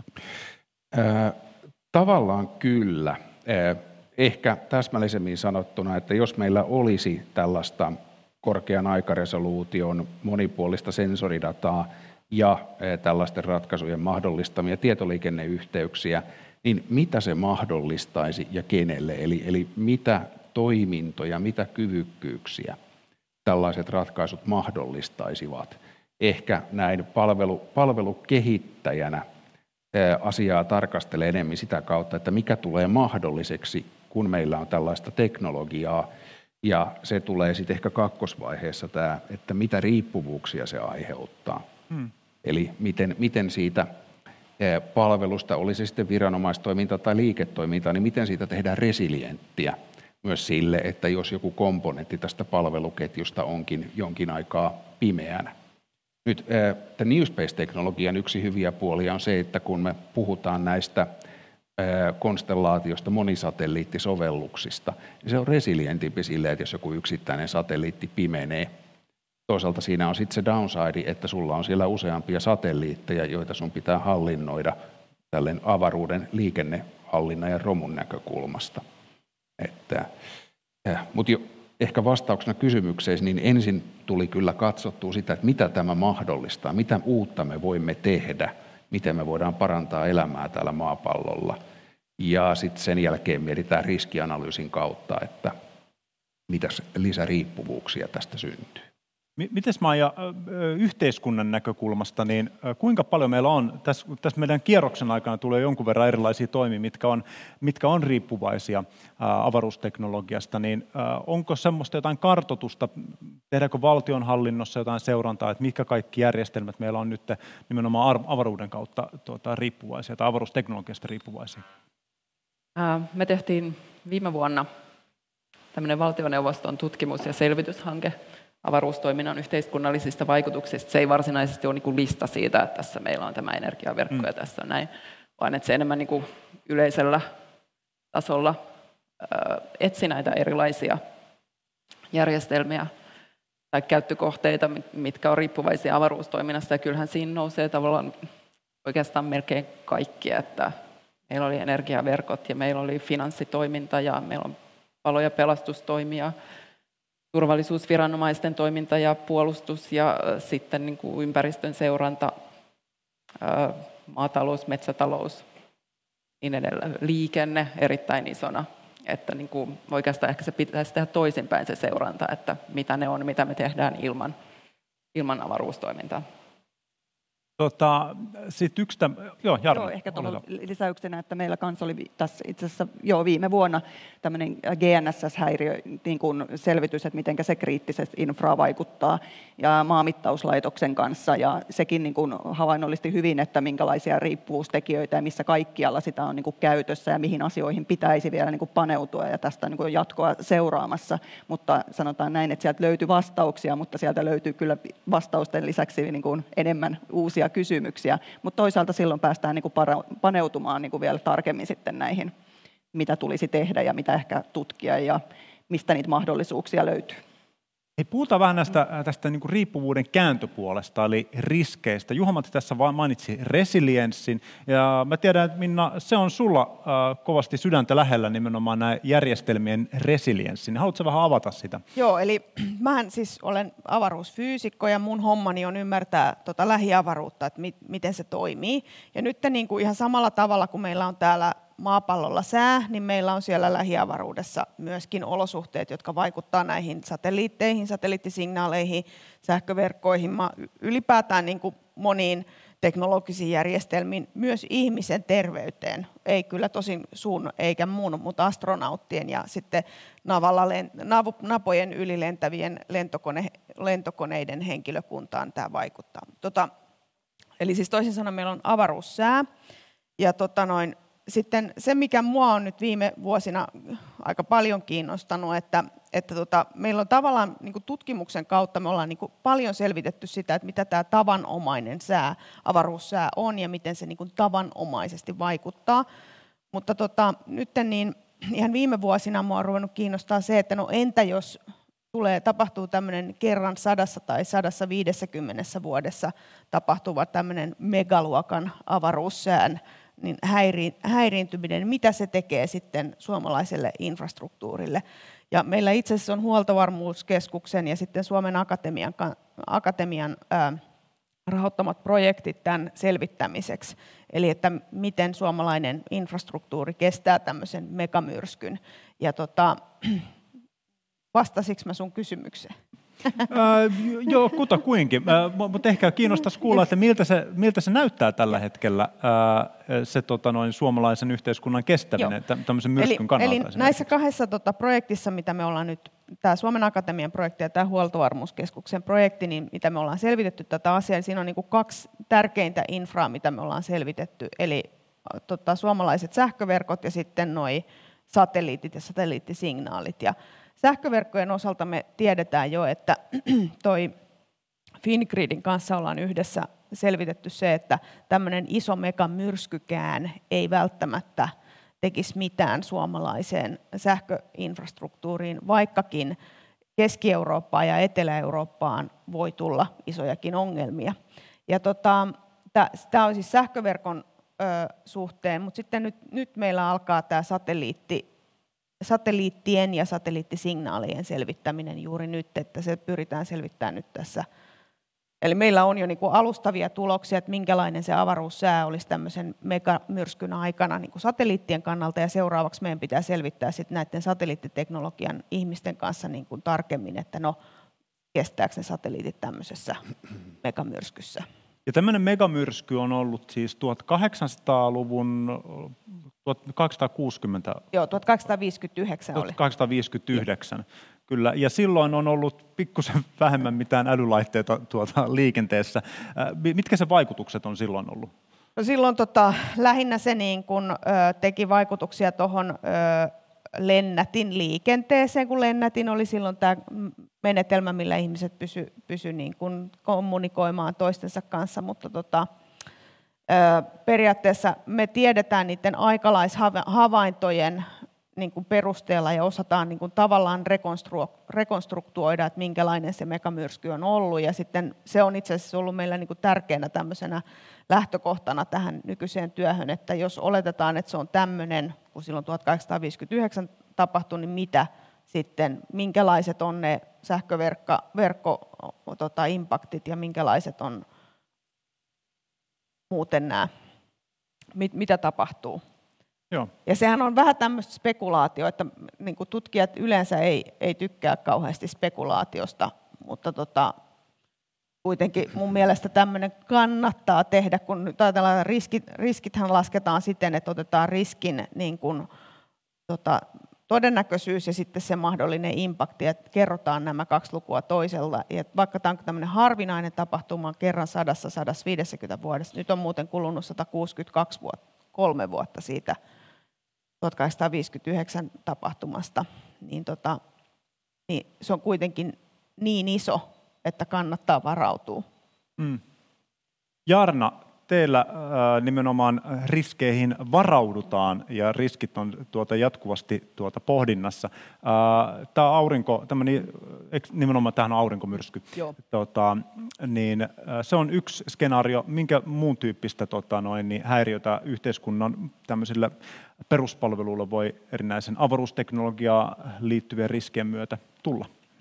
Äh, tavallaan kyllä. Äh, ehkä täsmällisemmin sanottuna, että jos meillä olisi tällaista korkean aikaresoluution monipuolista sensoridataa ja tällaisten ratkaisujen mahdollistamia tietoliikenneyhteyksiä, niin mitä se mahdollistaisi ja kenelle? Eli, eli mitä toimintoja, mitä kyvykkyyksiä tällaiset ratkaisut mahdollistaisivat? Ehkä näin palvelu, palvelukehittäjänä asiaa tarkastelee enemmän sitä kautta, että mikä tulee mahdolliseksi, kun meillä on tällaista teknologiaa. Ja se tulee sitten ehkä kakkosvaiheessa tämä, että mitä riippuvuuksia se aiheuttaa. Hmm. Eli miten, miten siitä palvelusta, oli se sitten viranomaistoiminta tai liiketoiminta, niin miten siitä tehdään resilienttiä myös sille, että jos joku komponentti tästä palveluketjusta onkin jonkin aikaa pimeänä. Nyt tämän New Space-teknologian yksi hyviä puolia on se, että kun me puhutaan näistä konstellaatiosta, monisatelliittisovelluksista, niin se on resilientimpi sille, että jos joku yksittäinen satelliitti pimenee. Toisaalta siinä on sitten se downside, että sulla on siellä useampia satelliitteja, joita sun pitää hallinnoida tälleen avaruuden liikennehallinnan ja romun näkökulmasta. Että, mutta jo ehkä vastauksena kysymykseen, niin ensin tuli kyllä katsottua sitä, että mitä tämä mahdollistaa, mitä uutta me voimme tehdä, miten me voidaan parantaa elämää täällä maapallolla. Ja sitten sen jälkeen mietitään riskianalyysin kautta, että mitä lisäriippuvuuksia tästä syntyy. Mites Maija, yhteiskunnan näkökulmasta, niin kuinka paljon meillä on, tässä, tässä meidän kierroksen aikana tulee jonkun verran erilaisia toimia, mitkä on, mitkä on riippuvaisia avaruusteknologiasta, niin onko semmoista jotain kartoitusta, tehdäänkö valtionhallinnossa jotain seurantaa, että mitkä kaikki järjestelmät meillä on nyt nimenomaan avaruuden kautta tuota, riippuvaisia tai avaruusteknologiasta riippuvaisia? Me tehtiin viime vuonna tämmöinen valtioneuvoston tutkimus- ja selvityshanke avaruustoiminnan yhteiskunnallisista vaikutuksista. Se ei varsinaisesti ole niin kuin lista siitä, että tässä meillä on tämä energiaverkko mm. ja tässä on näin, vaan että se enemmän niin kuin yleisellä tasolla ää, etsi näitä erilaisia järjestelmiä tai käyttökohteita, mitkä on riippuvaisia avaruustoiminnasta. Ja kyllähän siinä nousee tavallaan oikeastaan melkein kaikki, että meillä oli energiaverkot ja meillä oli finanssitoiminta ja meillä on palo- ja pelastustoimia, turvallisuusviranomaisten toiminta ja puolustus ja sitten niin kuin ympäristön seuranta, maatalous, metsätalous, niin edelleen, liikenne erittäin isona. Että niin kuin oikeastaan ehkä se pitäisi tehdä toisinpäin se seuranta, että mitä ne on, mitä me tehdään ilman, ilman avaruustoimintaa. Tota, sitten yksi täm... Joo, Jarmo, joo, ehkä tuohon lisäyksenä, että meillä kanssa oli tässä itse asiassa jo viime vuonna tämmöinen G N S S-häiriö niin kuin selvitys, että miten se kriittisesti infraa vaikuttaa ja maamittauslaitoksen kanssa, ja sekin niin kuin havainnollisti hyvin, että minkälaisia riippuvuustekijöitä ja missä kaikkialla sitä on niin kuin käytössä ja mihin asioihin pitäisi vielä niin kuin paneutua, ja tästä niin kuin jatkoa seuraamassa, mutta sanotaan näin, että sieltä löytyy vastauksia, mutta sieltä löytyy kyllä vastausten lisäksi niin kuin enemmän uusia kysymyksiä, mutta toisaalta silloin päästään niin kuin paneutumaan niin kuin vielä tarkemmin sitten näihin, mitä tulisi tehdä ja mitä ehkä tutkia ja mistä niitä mahdollisuuksia löytyy. Hei, puhutaan vähän näistä, tästä niin kuin riippuvuuden kääntöpuolesta, eli riskeistä. Juha-Matti tässä mainitsi resilienssin, ja mä tiedän, että Minna, se on sulla äh, kovasti sydäntä lähellä nimenomaan nämä järjestelmien resilienssin. Haluatko vähän avata sitä? Joo, eli mähän siis olen avaruusfyysikko, ja mun hommani on ymmärtää tota lähiavaruutta, että mi- miten se toimii. Ja nyt niin kuin ihan samalla tavalla, kun meillä on täällä maapallolla sää, niin meillä on siellä lähiavaruudessa myöskin olosuhteet, jotka vaikuttaa näihin satelliitteihin, satelliittisignaaleihin, sähköverkkoihin, ylipäätään niin kuin moniin teknologisiin järjestelmiin, myös ihmisen terveyteen. Ei kyllä tosin sun eikä muun, mutta astronauttien ja sitten navalla, napojen yli lentävien lentokone, lentokoneiden henkilökuntaan tämä vaikuttaa. Tota, eli siis toisin sanoen meillä on avaruussää, ja tota noin, sitten se, mikä mua on nyt viime vuosina aika paljon kiinnostanut, että, että tota, meillä on tavallaan niin kuin tutkimuksen kautta me ollaan niin kuin paljon selvitetty sitä, että mitä tämä tavanomainen sää, avaruussää on ja miten se niin kuin tavanomaisesti vaikuttaa. Mutta tota, nyt niin, ihan viime vuosina mua on ruvennut kiinnostaa se, että no entä jos tulee, tapahtuu tämmöinen kerran sadassa tai sadassa viidessäkymmenessä vuodessa tapahtuva tämmöinen megaluokan avaruussään niin häiriintyminen, mitä se tekee sitten suomalaiselle infrastruktuurille. Ja meillä itse asiassa on Huoltovarmuuskeskuksen ja sitten Suomen Akatemian, Akatemian ää, rahoittamat projektit tämän selvittämiseksi. Eli että miten suomalainen infrastruktuuri kestää tämmöisen megamyrskyn. Ja tota, vastasinko mä sun kysymykseen? Äh, joo, kutakuinkin. Äh, mutta ehkä kiinnostaisi kuulla, että miltä se, miltä se näyttää tällä hetkellä äh, se tota, noin, suomalaisen yhteiskunnan kestäminen Joo. tämmöisen myrskyn eli, kannalta. Eli näissä kahdessa tota, projektissa, mitä me ollaan nyt, tämä Suomen Akatemian projekti ja tämä Huoltovarmuuskeskuksen projekti, niin mitä me ollaan selvitetty tätä asiaa, niin siinä on niin kuin kaksi tärkeintä infraa, mitä me ollaan selvitetty. Eli tota, suomalaiset sähköverkot ja sitten noi satelliitit ja satelliittisignaalit. Ja sähköverkkojen osalta me tiedetään jo, että toi Fingridin kanssa ollaan yhdessä selvitetty se, että tämmöinen iso megamyrskykään ei välttämättä tekisi mitään suomalaiseen sähköinfrastruktuuriin, vaikkakin Keski-Eurooppaan ja Etelä-Eurooppaan voi tulla isojakin ongelmia. Ja tota, tämä on siis sähköverkon ö, suhteen, mutta sitten nyt, nyt meillä alkaa tämä satelliitti satelliittien ja satelliittisignaalien selvittäminen juuri nyt, että se pyritään selvittämään nyt tässä. Eli meillä on jo niin kuin alustavia tuloksia, että minkälainen se avaruussää olisi tämmöisen megamyrskyn aikana niin kuin satelliittien kannalta, ja seuraavaksi meidän pitää selvittää sitten näiden satelliittiteknologian ihmisten kanssa niin kuin tarkemmin, että no, kestääkö ne satelliitit tämmöisessä megamyrskyssä. Ja tämmöinen megamyrsky on ollut siis tuhatkahdeksansataaluvun tuhatkahdeksansataakuusikymmentä. Joo, tuhatkahdeksansataaviisikymmentäyhdeksän oli. tuhatkahdeksansataaviisikymmentäyhdeksän, kyllä. Ja silloin on ollut pikkusen vähemmän mitään älylaitteita tuota liikenteessä. Mitkä se vaikutukset on silloin ollut? No silloin tota, lähinnä se niin kun, ö, teki vaikutuksia tuohon lennätin liikenteeseen, kun lennätin oli silloin tämä menetelmä, millä ihmiset pysy, pysy niin kun kommunikoimaan toistensa kanssa, mutta tota, periaatteessa me tiedetään niiden aikalaishavaintojen niin kuin perusteella ja osataan niin kuin tavallaan rekonstru- rekonstruktuoida, että minkälainen se megamyrsky on ollut. Ja sitten se on itse asiassa ollut meillä niin kuin tärkeänä tämmöisenä lähtökohtana tähän nykyiseen työhön, että jos oletetaan, että se on tämmöinen, kun silloin tuhatkahdeksansataaviisikymmentäyhdeksän tapahtui, niin mitä sitten minkälaiset on ne sähköverkko tota, impaktit ja minkälaiset on muuten nämä, mit, mitä tapahtuu. Joo. Ja sehän on vähän tämmöistä spekulaatio, että niin kuin tutkijat yleensä ei, ei tykkää kauheasti spekulaatiosta, mutta tota, kuitenkin mun mielestä tämmöinen kannattaa tehdä, kun nyt ajatellaan, että riskit, riskithän lasketaan siten, että otetaan riskin niin kuin, tota, todennäköisyys ja sitten se mahdollinen impakti, että kerrotaan nämä kaksi lukua toisella. Ja vaikka tämä on tämmöinen harvinainen tapahtuma kerran sadassa, sadassa viidessäkymmenessä vuodessa, nyt on muuten kulunut sata kuusikymmentäkaksi vuotta, kolme vuotta siitä tuhatkahdeksansataaviisikymmentäyhdeksän tapahtumasta, niin, tota, niin se on kuitenkin niin iso, että kannattaa varautua. Mm. Jarna, teillä äh, nimenomaan riskeihin varaudutaan ja riskit on tuota jatkuvasti tuota pohdinnassa. Äh, tämä aurinko, tämmönen, nimenomaan tämähän on aurinkomyrsky, tota, niin äh, se on yksi skenaario, minkä muun tyyppistä tota, noin, niin häiriötä yhteiskunnan tämmöisillä peruspalveluilla voi erinäisen avaruusteknologiaan liittyvien riskien myötä tulla?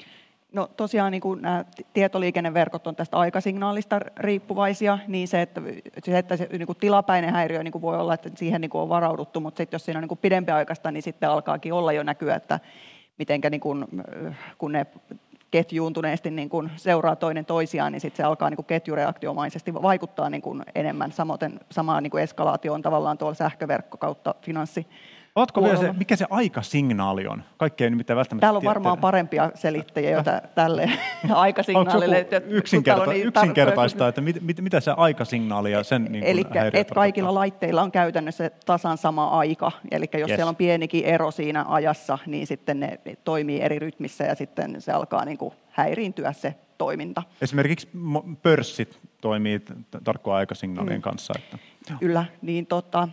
No tosiaan niin kuin nämä tietoliikenneverkot on tästä aikasignaalista riippuvaisia, niin se, että se, että se niin kuin tilapäinen häiriö niin kuin voi olla, että siihen niin kuin on varauduttu, mutta sitten jos siinä on niin kuin pidempiaikaista, niin sitten alkaakin olla jo näkyä, että mitenkä niin kuin, kun ne ketjuuntuneesti niin kuin seuraa toinen toisiaan, niin sitten se alkaa niin kuin ketjureaktiomaisesti vaikuttaa niin kuin enemmän. Samoin sama niin kuin eskalaatio on tavallaan tuolla sähköverkko kautta finanssi. Oletko vielä se, mikä se aikasignaali on? Kaikkea ei mitään välttämättä Täällä on varmaan parempia selittäjiä, joita tälle aikasignaalille. Onko yksinkerta, niin yksinkertaista, että mit, mit, mitä se aikasignaali ja sen niin eli et kaikilla laitteilla on käytännössä tasan sama aika. Eli jos yes. siellä on pienikin ero siinä ajassa, niin sitten ne toimii eri rytmissä ja sitten se alkaa niin kuin häiriintyä se toiminta. Esimerkiksi pörssit toimii tarkkoa aikasignaalien mm. kanssa. Että, Kyllä, niin tota...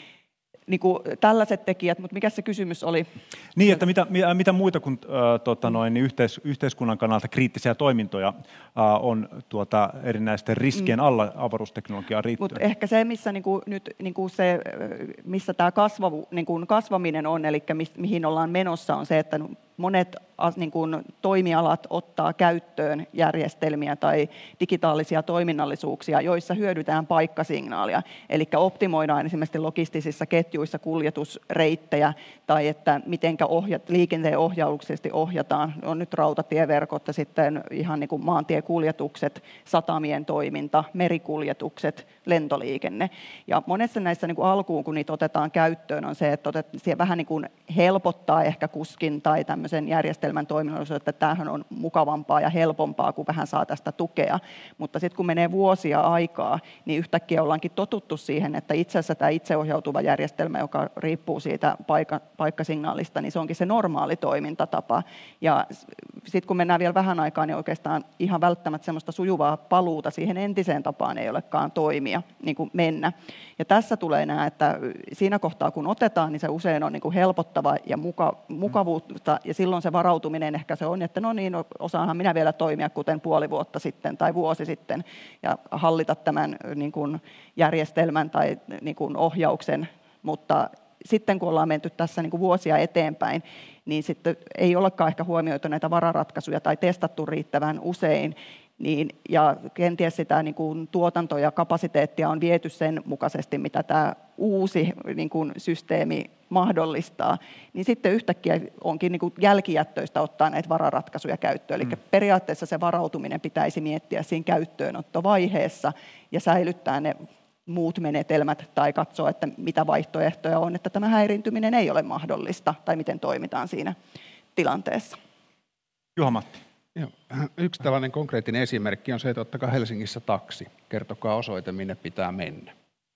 Niin kuin tällaiset tekijät, mutta mikä se kysymys oli? Niin, että mitä, mitä muita kuin äh, tota noin, niin yhteis, yhteiskunnan kannalta kriittisiä toimintoja äh, on tuota, erinäisten riskien alla avaruusteknologiaan riittyen? Mutta ehkä se, missä, niin kuin, nyt, niin kuin se, missä tämä kasvavu, niin kuin kasvaminen on, eli mi, mihin ollaan menossa, on se, että monet niin kuin, toimialat ottaa käyttöön järjestelmiä tai digitaalisia toiminnallisuuksia, joissa hyödytään paikkasignaalia. Eli optimoidaan esimerkiksi logistisissa ketjuissa kuljetusreittejä tai että miten ohjat, liikenteen ohjauksesti ohjataan. On nyt rautatieverkot ja sitten ihan niin kuin maantiekuljetukset, satamien toiminta, merikuljetukset, lentoliikenne. Ja monessa näissä niin kuin alkuun, kun niitä otetaan käyttöön, on se, että otet, se vähän niin kuin helpottaa ehkä kuskin tai tämmöisen järjestelmän toiminnallisuutta, että tämähän on mukavampaa ja helpompaa, kun vähän saa tästä tukea. Mutta sitten kun menee vuosia aikaa, niin yhtäkkiä ollaankin totuttu siihen, että itse asiassa tämä itseohjautuva järjestelmä, joka riippuu siitä paikka, paikkasignaalista, niin se onkin se normaali toimintatapa. Ja sitten kun mennään vielä vähän aikaa, niin oikeastaan ihan välttämättä semmoista sujuvaa paluuta siihen entiseen tapaan ei olekaan toimia, niin kuin mennä. Ja tässä tulee nämä, että siinä kohtaa kun otetaan, niin se usein on niin kuin helpottava ja muka, mukavuutta, ja silloin se varautuminen ehkä se on, että no niin, osaanhan minä vielä toimia kuten puoli vuotta sitten tai vuosi sitten, ja hallita tämän niin kuin järjestelmän tai niin kuin ohjauksen, mutta sitten kun ollaan menty tässä niin kuin vuosia eteenpäin, niin sitten ei olekaan ehkä huomioitu näitä vararatkaisuja tai testattu riittävän usein, niin, ja kenties sitä niin kuin tuotantoa ja kapasiteettia on viety sen mukaisesti, mitä tämä uusi niin kuin systeemi mahdollistaa, niin sitten yhtäkkiä onkin niin kuin jälkijättöistä ottaa näitä vararatkaisuja käyttöön. Eli mm. periaatteessa se varautuminen pitäisi miettiä siinä käyttöönottovaiheessa ja säilyttää ne muut menetelmät tai katsoa, että mitä vaihtoehtoja on, että tämä häiriintyminen ei ole mahdollista tai miten toimitaan siinä tilanteessa. Juha-Matti. Joo. Yksi tällainen konkreettinen esimerkki on se, että ottakaa Helsingissä taksi. Kertokaa osoite, minne pitää mennä.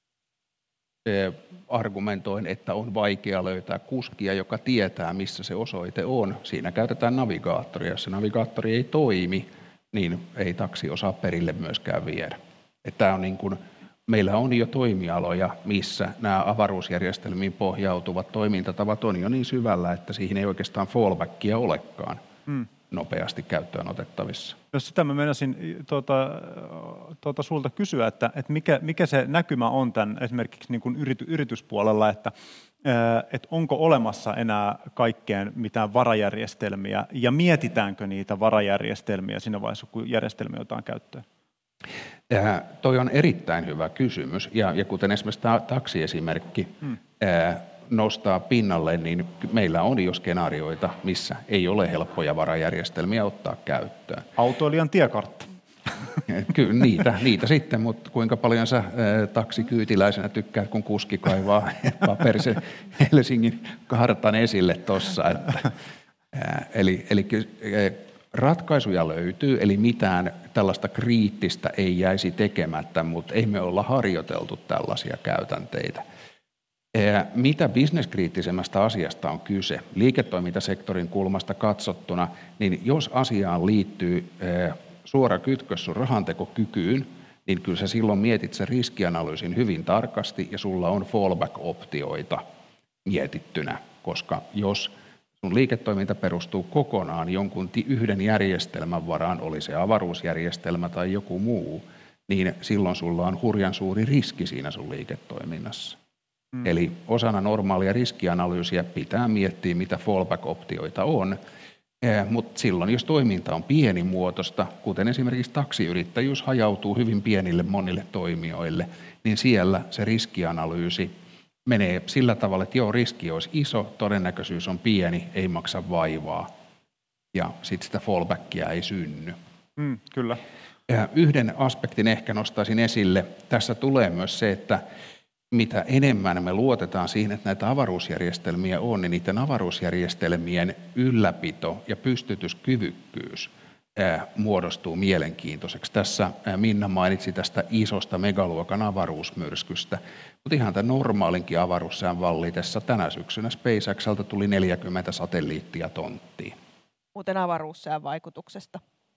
Argumentoin, että on vaikea löytää kuskia, joka tietää, missä se osoite on. Siinä käytetään navigaattoria. Jos se navigaattori ei toimi, niin ei taksi osaa perille myöskään viedä. Tämä on niin kuin, meillä on jo toimialoja, missä nämä avaruusjärjestelmiin pohjautuvat toimintatavat on jo niin syvällä, että siihen ei oikeastaan fallbackia olekaan. Hmm. nopeasti käyttöön otettavissa. Jos sitä mä menisin tuota, tuota sulta kysyä, että, että mikä, mikä se näkymä on tämän esimerkiksi niin kuin yrity, yrityspuolella, että, että onko olemassa enää kaikkeen mitään varajärjestelmiä, ja mietitäänkö niitä varajärjestelmiä siinä vaiheessa, kun järjestelmiä otetaan käyttöön? Äh, toi on erittäin hyvä kysymys, ja, ja kuten esimerkiksi tämä taksiesimerkki hmm. äh, nostaa pinnalle, niin meillä on jo skenaarioita, missä ei ole helppoja varajärjestelmiä ottaa käyttöön. Autoilijan tiekartta. Kyllä niitä, niitä sitten, mutta kuinka paljon sä ää, taksikyytiläisenä tykkäät, kun kuski kaivaa paperisen Helsingin kartan esille tuossa. Eli, eli ratkaisuja löytyy, eli mitään tällaista kriittistä ei jäisi tekemättä, mutta ei me olla harjoiteltu tällaisia käytänteitä. Mitä bisneskriittisemmästä asiasta on kyse liiketoimintasektorin kulmasta katsottuna, niin jos asiaan liittyy suora kytkös sun rahantekokykyyn, niin kyllä sä silloin mietit sen riskianalyysin hyvin tarkasti ja sulla on fallback-optioita mietittynä, koska jos sun liiketoiminta perustuu kokonaan jonkun yhden järjestelmän varaan, oli se avaruusjärjestelmä tai joku muu, niin silloin sulla on hurjan suuri riski siinä sun liiketoiminnassa. Hmm. Eli osana normaalia riskianalyysiä pitää miettiä, mitä fallback-optioita on, mutta silloin, jos toiminta on pienimuotoista, kuten esimerkiksi taksiyrittäjyys hajautuu hyvin pienille monille toimijoille, niin siellä se riskianalyysi menee sillä tavalla, että joo, riski olisi iso, todennäköisyys on pieni, ei maksa vaivaa, ja sitten sitä fallbackia ei synny. Mm, kyllä. Ja yhden aspektin ehkä nostaisin esille. Tässä tulee myös se, että mitä enemmän me luotetaan siihen, että näitä avaruusjärjestelmiä on, niin niiden avaruusjärjestelmien ylläpito ja pystytyskyvykkyys ää, muodostuu mielenkiintoiseksi. Tässä ää, Minna mainitsi tästä isosta megaluokan avaruusmyrskystä, mutta ihan tämän normaalinkin avaruussään vallitessa tänä syksynä SpaceXalta tuli neljäkymmentä satelliittia tonttiin. Muuten avaruussään vaikutuksesta.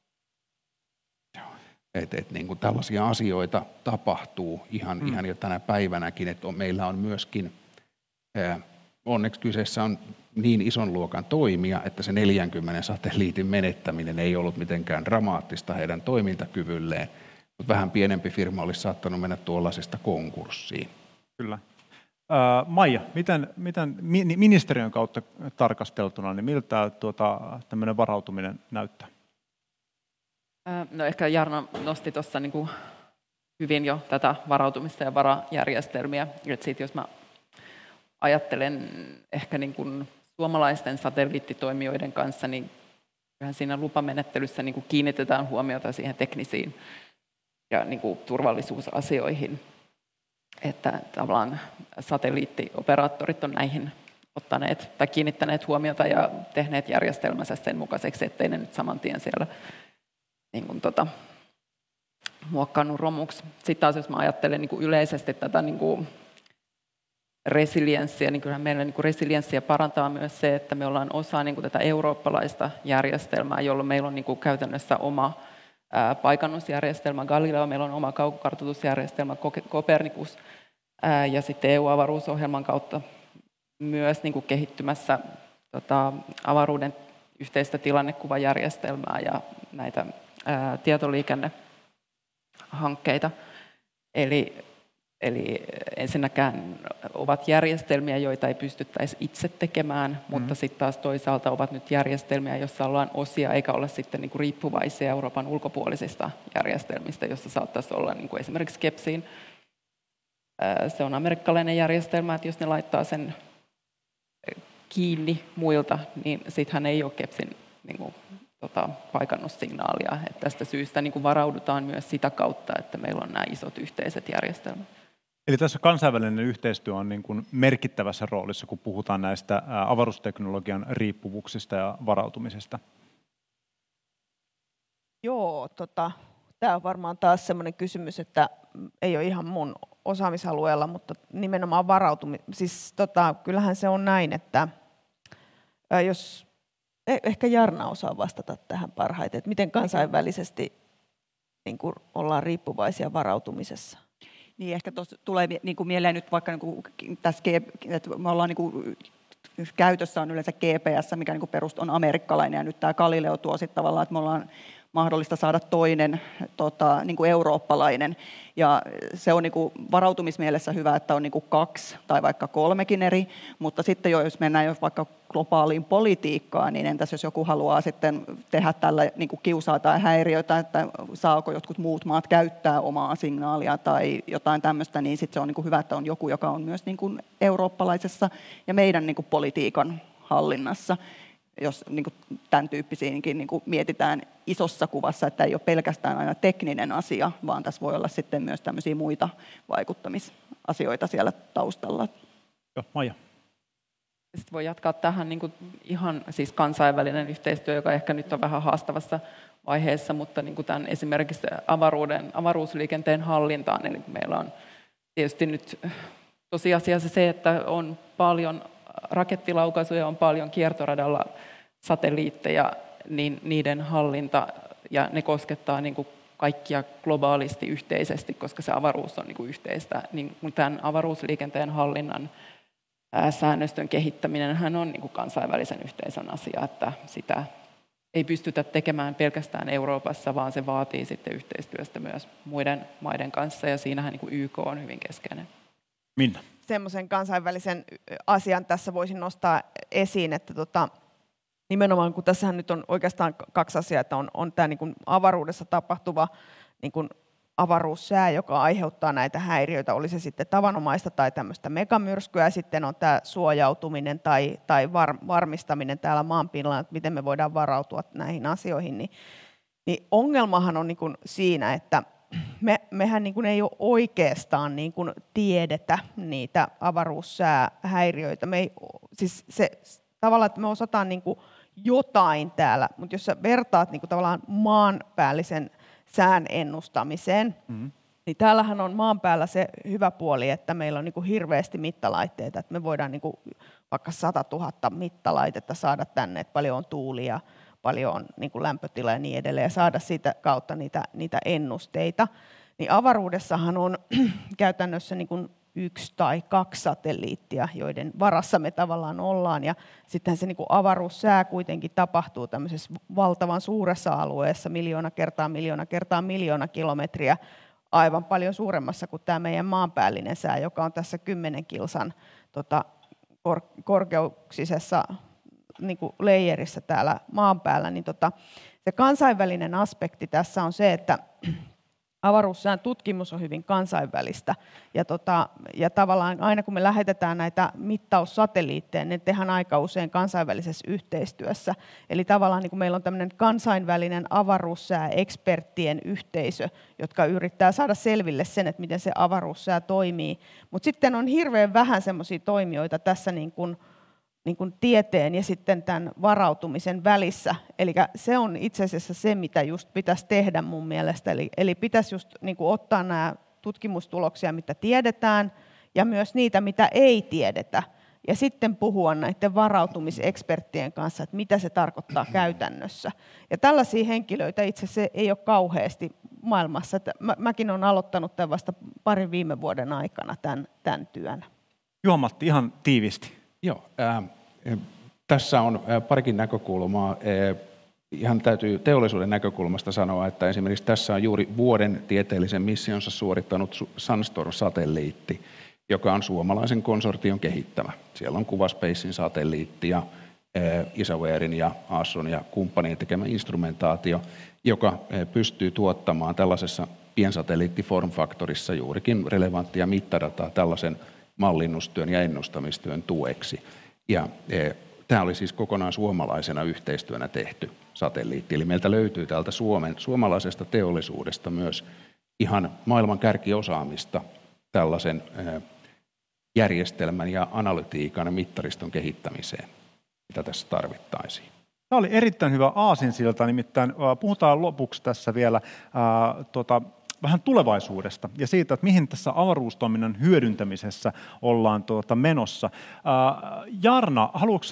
Että et, niin kuin tällaisia asioita tapahtuu ihan, mm. ihan jo tänä päivänäkin, että on, meillä on myöskin, ää, onneksi kyseessä on niin ison luokan toimia, että se neljänkymmenen satelliitin menettäminen ei ollut mitenkään dramaattista heidän toimintakyvylleen, mutta vähän pienempi firma olisi saattanut mennä tuollaisesta konkurssiin. Kyllä. Ää, Maija, miten, miten ministeriön kautta tarkasteltuna, niin miltä tuota, tämmöinen varautuminen näyttää? No ehkä Jarno nosti tuossa niin kuin hyvin jo tätä varautumista ja varajärjestelmiä. Että sit jos mä ajattelen ehkä niin kuin suomalaisten satelliittitoimijoiden kanssa, niin kyllähän siinä lupamenettelyssä niin kuin kiinnitetään huomiota siihen teknisiin ja niin kuin turvallisuusasioihin. Että tavallaan satelliittioperaattorit on näihin ottaneet tai kiinnittäneet huomiota ja tehneet järjestelmänsä sen mukaiseksi, ettei ne nyt saman tien siellä niin kuin tota, muokkaannut romuksi. Sitten taas jos mä ajattelen niin kuin yleisesti tätä niin kuin resilienssiä, niin kyllähän meillä niin kuin resilienssiä parantaa myös se, että me ollaan osa niin kuin tätä eurooppalaista järjestelmää, jolloin meillä on niin kuin käytännössä oma ää, paikannusjärjestelmä Galileo, meillä on oma kaukokartoitusjärjestelmä Copernicus ää, ja sitten E U-avaruusohjelman kautta myös niin kuin kehittymässä tota, avaruuden yhteistä tilannekuvajärjestelmää ja näitä ää, tietoliikennehankkeita. Eli, eli ensinnäkään ovat järjestelmiä, joita ei pystyttäisi itse tekemään, mm. mutta sitten taas toisaalta ovat nyt järjestelmiä, joissa ollaan osia, eikä olla sitten niinku riippuvaisia Euroopan ulkopuolisista järjestelmistä, jossa saattaisi olla niinku esimerkiksi Kepsiin. Ää, se on amerikkalainen järjestelmä, että jos ne laittaa sen kiinni muilta, niin sittenhän ei ole Kepsin niin kuin, tota, paikannussignaalia. Et tästä syystä niin kuin varaudutaan myös sitä kautta, että meillä on nämä isot yhteiset järjestelmät. Eli tässä kansainvälinen yhteistyö on niin kuin merkittävässä roolissa, kun puhutaan näistä avaruusteknologian riippuvuuksista ja varautumisesta. Joo, tota, tämä on varmaan taas sellainen kysymys, että ei ole ihan mun osaamisalueella, mutta nimenomaan varautuminen. Siis tota, kyllähän se on näin, että ää, jos ehkä Jarna osaa vastata tähän parhaiten, että miten kansainvälisesti niin kuin ollaan riippuvaisia varautumisessa. Niin ehkä tuossa tulee niin kuin mieleen nyt vaikka niin kuin tässä, että me ollaan niin kuin, käytössä on yleensä G P S, mikä niin kuin perust on amerikkalainen, ja nyt tämä Galileo tuo sitten tavallaan, että me ollaan mahdollista saada toinen tota, niin kuin eurooppalainen. Ja se on niin kuin varautumismielessä hyvä, että on niin kuin kaksi tai vaikka kolmekin eri, mutta sitten jo, jos mennään jo vaikka globaaliin politiikkaan, niin entäs jos joku haluaa sitten tehdä tällä niin kuin kiusaa tai häiriötä, että saako jotkut muut maat käyttää omaa signaalia tai jotain tämmöistä, niin sitten se on niin kuin hyvä, että on joku, joka on myös niin kuin eurooppalaisessa ja meidän niin kuin politiikan hallinnassa, jos niin kuin tämän tyyppisiinkin niin kuin mietitään isossa kuvassa, että ei ole pelkästään aina tekninen asia, vaan tässä voi olla sitten myös tämmöisiä muita vaikuttamisasioita siellä taustalla. Joo, Maija. Sitten voi jatkaa tähän niin kuin ihan siis kansainvälinen yhteistyö, joka ehkä nyt on vähän haastavassa vaiheessa, mutta niin kuin tämän esimerkiksi avaruuden, avaruusliikenteen hallintaan, eli meillä on tietysti nyt tosiasiassa se, että on paljon rakettilaukaisuja, on paljon kiertoradalla satelliitteja, niin niiden hallinta, ja ne koskettaa niin kuin kaikkia globaalisti yhteisesti, koska se avaruus on niin kuin yhteistä. Niin tämän avaruusliikenteen hallinnan säännöstön kehittäminen hän on niin kuin kansainvälisen yhteisön asia, että sitä ei pystytä tekemään pelkästään Euroopassa, vaan se vaatii sitten yhteistyöstä myös muiden maiden kanssa, ja siinähän niin kuin Y K on hyvin keskeinen. Minna. Semmoisen kansainvälisen asian tässä voisin nostaa esiin, että tota, nimenomaan kun tässähän nyt on oikeastaan kaksi asiaa, että on, on tämä niin kuin avaruudessa tapahtuva niin kuin avaruussää, joka aiheuttaa näitä häiriöitä, oli se sitten tavanomaista tai tämmöistä megamyrskyä, ja sitten on tämä suojautuminen tai, tai var, varmistaminen täällä maanpinnalla, että miten me voidaan varautua näihin asioihin, niin, niin ongelmahan on niin kuin siinä, että Me, mehän niin kuin ei ole oikeastaan niin kuin tiedetä niitä avaruussäähäiriöitä. Me ei, siis se, tavallaan, että me osataan niin kuin jotain täällä, mutta jos sä vertaat niin kuin tavallaan maanpäällisen sään ennustamiseen, mm-hmm. niin täällähän on maan päällä se hyvä puoli, että meillä on niin kuin hirveästi mittalaitteita, että me voidaan niin kuin vaikka sata tuhatta mittalaitetta saada tänne, että paljon on tuulia, paljon on niin kuin lämpötila ja niin edelleen, ja saada siitä kautta niitä, niitä ennusteita. Niin avaruudessahan on käytännössä niin kuin yksi tai kaksi satelliittia, joiden varassa me tavallaan ollaan, ja sitten se niin kuin avaruussää kuitenkin tapahtuu tämmöisessä valtavan suuressa alueessa, miljoona kertaa miljoona kertaa miljoona kilometriä, aivan paljon suuremmassa kuin tämä meidän maanpäällinen sää, joka on tässä kymmenen kilsan tota, kor- korkeuksisessa niin kuin leijerissä täällä maan päällä, niin tota, se kansainvälinen aspekti tässä on se, että avaruussään tutkimus on hyvin kansainvälistä, ja, tota, ja tavallaan aina kun me lähetetään näitä mittaussatelliitteja, ne tehdään aika usein kansainvälisessä yhteistyössä, eli tavallaan niin kuin meillä on tämmöinen kansainvälinen avaruussää-eksperttien yhteisö, jotka yrittää saada selville sen, että miten se avaruussää toimii, mutta sitten on hirveän vähän semmoisia toimijoita tässä niin kuin niin kuin tieteen ja sitten tämän varautumisen välissä. Eli se on itse asiassa se, mitä just pitäisi tehdä mun mielestä. Eli, eli pitäisi just niin kuin ottaa nämä tutkimustuloksia, mitä tiedetään, ja myös niitä, mitä ei tiedetä, ja sitten puhua näiden varautumiseksperttien kanssa, että mitä se tarkoittaa käytännössä. Ja tällaisia henkilöitä itse asiassa ei ole kauheasti maailmassa. Mä, mäkin olen aloittanut tämän vasta parin viime vuoden aikana tämän, tämän työn. Juha-Matti, ihan tiivisti. Joo, äh, tässä on äh, parikin näkökulmaa. Äh, ihan täytyy teollisuuden näkökulmasta sanoa, että esimerkiksi tässä on juuri vuoden tieteellisen missionsa suorittanut Sunstorm-satelliitti, joka on suomalaisen konsortion kehittämä. Siellä on Kuvaspacein satelliitti ja äh, Isawaren ja Aasson ja kumppanien tekemä instrumentaatio, joka äh, pystyy tuottamaan tällaisessa piensatelliitti-formfaktorissa juurikin relevanttia mittadataa tällaisen mallinnustyön ja ennustamistyön tueksi. Ja e, tämä oli siis kokonaan suomalaisena yhteistyönä tehty satelliitti. Eli meiltä löytyy täältä Suomen, suomalaisesta teollisuudesta myös ihan maailman kärkiosaamista tällaisen e, järjestelmän ja analytiikan ja mittariston kehittämiseen, mitä tässä tarvittaisiin. Tämä oli erittäin hyvä aasinsilta, nimittäin puhutaan lopuksi tässä vielä ää, tuota, vähän tulevaisuudesta ja siitä, että mihin tässä avaruustoiminnan hyödyntämisessä ollaan tuota menossa. Ää, Jarna, haluatko sä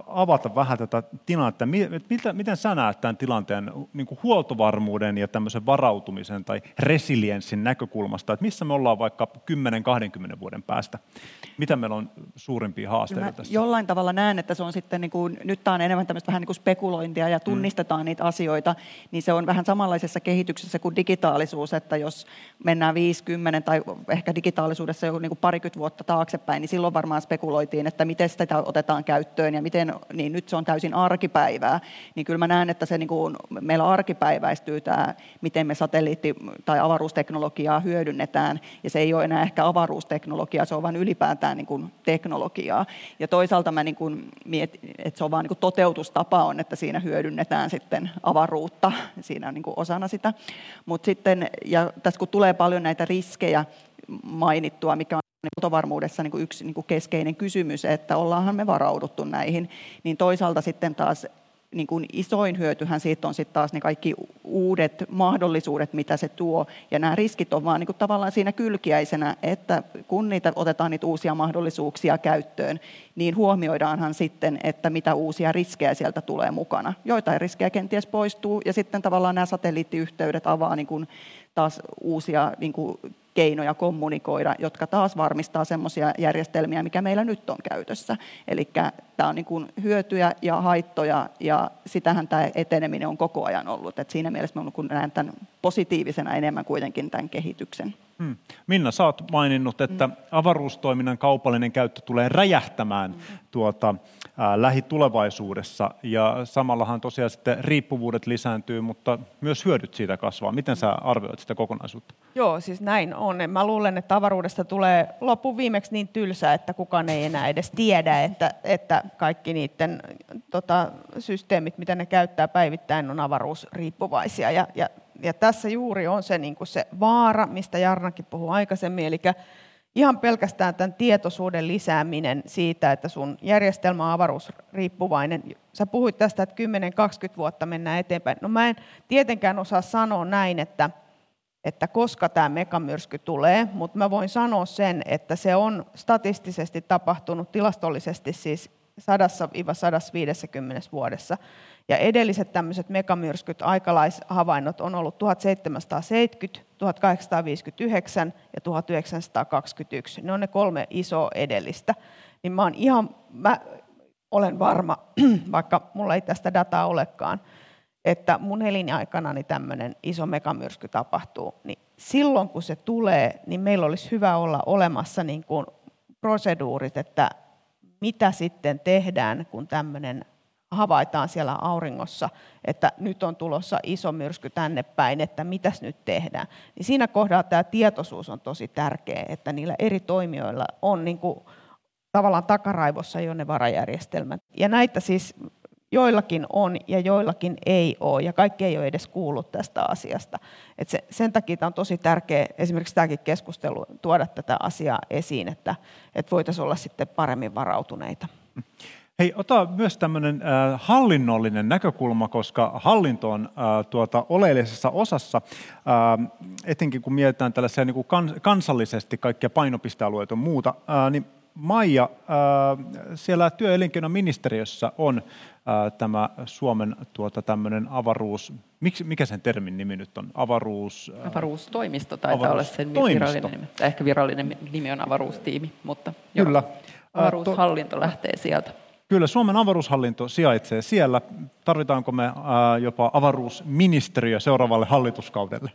avata vähän tätä tilannetta? Miten, miten sä näet tämän tilanteen niin kuin huoltovarmuuden ja tämmöisen varautumisen tai resilienssin näkökulmasta, että missä me ollaan vaikka kymmenen kaksikymmentä vuoden päästä? Mitä meillä on suurimpia haasteita Mä tässä? jollain tavalla näen, että se on sitten, niin kuin, nyt tämä on enemmän tämmöistä vähän niin kuin spekulointia ja tunnistetaan mm. niitä asioita, niin se on vähän samanlaisessa kehityksessä kuin digitaalisuus, että jos mennään viisikymmentä tai ehkä digitaalisuudessa jo niin kuin parikymmentä vuotta taaksepäin, niin silloin varmaan spekuloitiin, että miten sitä otetaan käyttöön ja miten, niin nyt se on täysin arkipäivää. Niin kyllä mä näen, että se niin kuin, meillä arkipäiväistyy tämä, miten me satelliitti- tai avaruusteknologiaa hyödynnetään, ja se ei ole enää ehkä avaruusteknologiaa, se on vain ylipäätään niin kuin teknologiaa. Ja toisaalta mä niin kuin mietin, että se on vaan niin kuin toteutustapa on, että siinä hyödynnetään sitten avaruutta siinä on niin kuin osana sitä. Mut sitten, ja tässä kun tulee paljon näitä riskejä mainittua, mikä on huoltovarmuudessa niin kuin yksi niin kuin keskeinen kysymys, että ollaanhan me varauduttu näihin, niin toisaalta sitten taas niin kuin isoin hyötyhän siitä on sitten taas ne kaikki uudet mahdollisuudet, mitä se tuo, ja nämä riskit on vaan niin kuin tavallaan siinä kylkiäisenä, että kun niitä otetaan niitä uusia mahdollisuuksia käyttöön, niin huomioidaanhan sitten, että mitä uusia riskejä sieltä tulee mukana. Joitain riskejä kenties poistuu, ja sitten tavallaan nämä satelliittiyhteydet avaa niin kuin taas uusia niin kuin keinoja kommunikoida, jotka taas varmistaa semmoisia järjestelmiä, mikä meillä nyt on käytössä. Eli tämä on niin kuin hyötyjä ja haittoja, ja sitähän tämä eteneminen on koko ajan ollut. Et siinä mielessä mä näen tämän positiivisena enemmän kuitenkin tämän kehityksen. Hmm. Minna, sä oot maininnut, että mm. avaruustoiminnan kaupallinen käyttö tulee räjähtämään mm. tuota, ää, lähitulevaisuudessa, ja samallahan tosiaan sitten riippuvuudet lisääntyy, mutta myös hyödyt siitä kasvaa. Miten sä arvioit sitä kokonaisuutta? Joo, siis näin on. Mä luulen, että avaruudesta tulee lopun viimeksi niin tylsä, että kukaan ei enää edes tiedä, että, että kaikki niiden tota, systeemit, mitä ne käyttää päivittäin, on avaruusriippuvaisia. Ja, ja, ja tässä juuri on se, niin kuin se vaara, mistä Jarnakin puhui aikaisemmin, eli ihan pelkästään tämän tietoisuuden lisääminen siitä, että sun järjestelmä on avaruusriippuvainen. Sä puhuit tästä, että kymmenen kaksikymmentä vuotta mennään eteenpäin. No mä en tietenkään osaa sanoa näin, että että koska tämä megamyrsky tulee, mutta mä voin sanoa sen, että se on statistisesti tapahtunut tilastollisesti siis sata sata viisikymmentä vuodessa. Ja edelliset tämmöiset megamyrskyt, aikalaishavainnot on ollut tuhatseitsemänsataaseitsemänkymmentä, tuhatkahdeksansataaviisikymmentäyhdeksän ja tuhatyhdeksänsataakaksikymmentäyksi. Ne on ne kolme isoa edellistä. Niin mä, oon ihan, mä olen varma, vaikka mulla ei tästä dataa olekaan, että mun elinaikanani tämmöinen iso megamyrsky tapahtuu, niin silloin kun se tulee, niin meillä olisi hyvä olla olemassa niin kuin proseduurit, että mitä sitten tehdään, kun tämmöinen havaitaan siellä auringossa, että nyt on tulossa iso myrsky tänne päin, että mitäs nyt tehdään. Niin siinä kohdalla tämä tietoisuus on tosi tärkeä, että niillä eri toimijoilla on niin kuin tavallaan takaraivossa jo ne varajärjestelmät. Ja näitä siis joillakin on ja joillakin ei ole, ja kaikki ei ole edes kuullut tästä asiasta. Et se, sen takia tämä on tosi tärkeä, esimerkiksi tämäkin keskustelu, tuoda tätä asiaa esiin, että, että voitaisiin olla sitten paremmin varautuneita. Hei, ota myös tämmöinen äh, hallinnollinen näkökulma, koska hallinto on äh, tuota, oleellisessa osassa, äh, etenkin kun mietitään tällaisia niin kuin kans- kansallisesti kaikkia painopistealueita ja muuta, äh, niin Maija, äh, siellä työ- ja elinkeinoministeriössä on äh, tämä Suomen tuota, tämmöinen avaruus, miksi, mikä sen termin nimi nyt on? Avaruus... Äh, Avaruustoimisto taitaa olla sen virallinen nimi. Ehkä virallinen nimi on avaruustiimi, mutta Kyllä. Joo, avaruushallinto äh, to, lähtee sieltä. Kyllä, Suomen avaruushallinto sijaitsee siellä. Tarvitaanko me äh, jopa avaruusministeriö seuraavalle hallituskaudelle?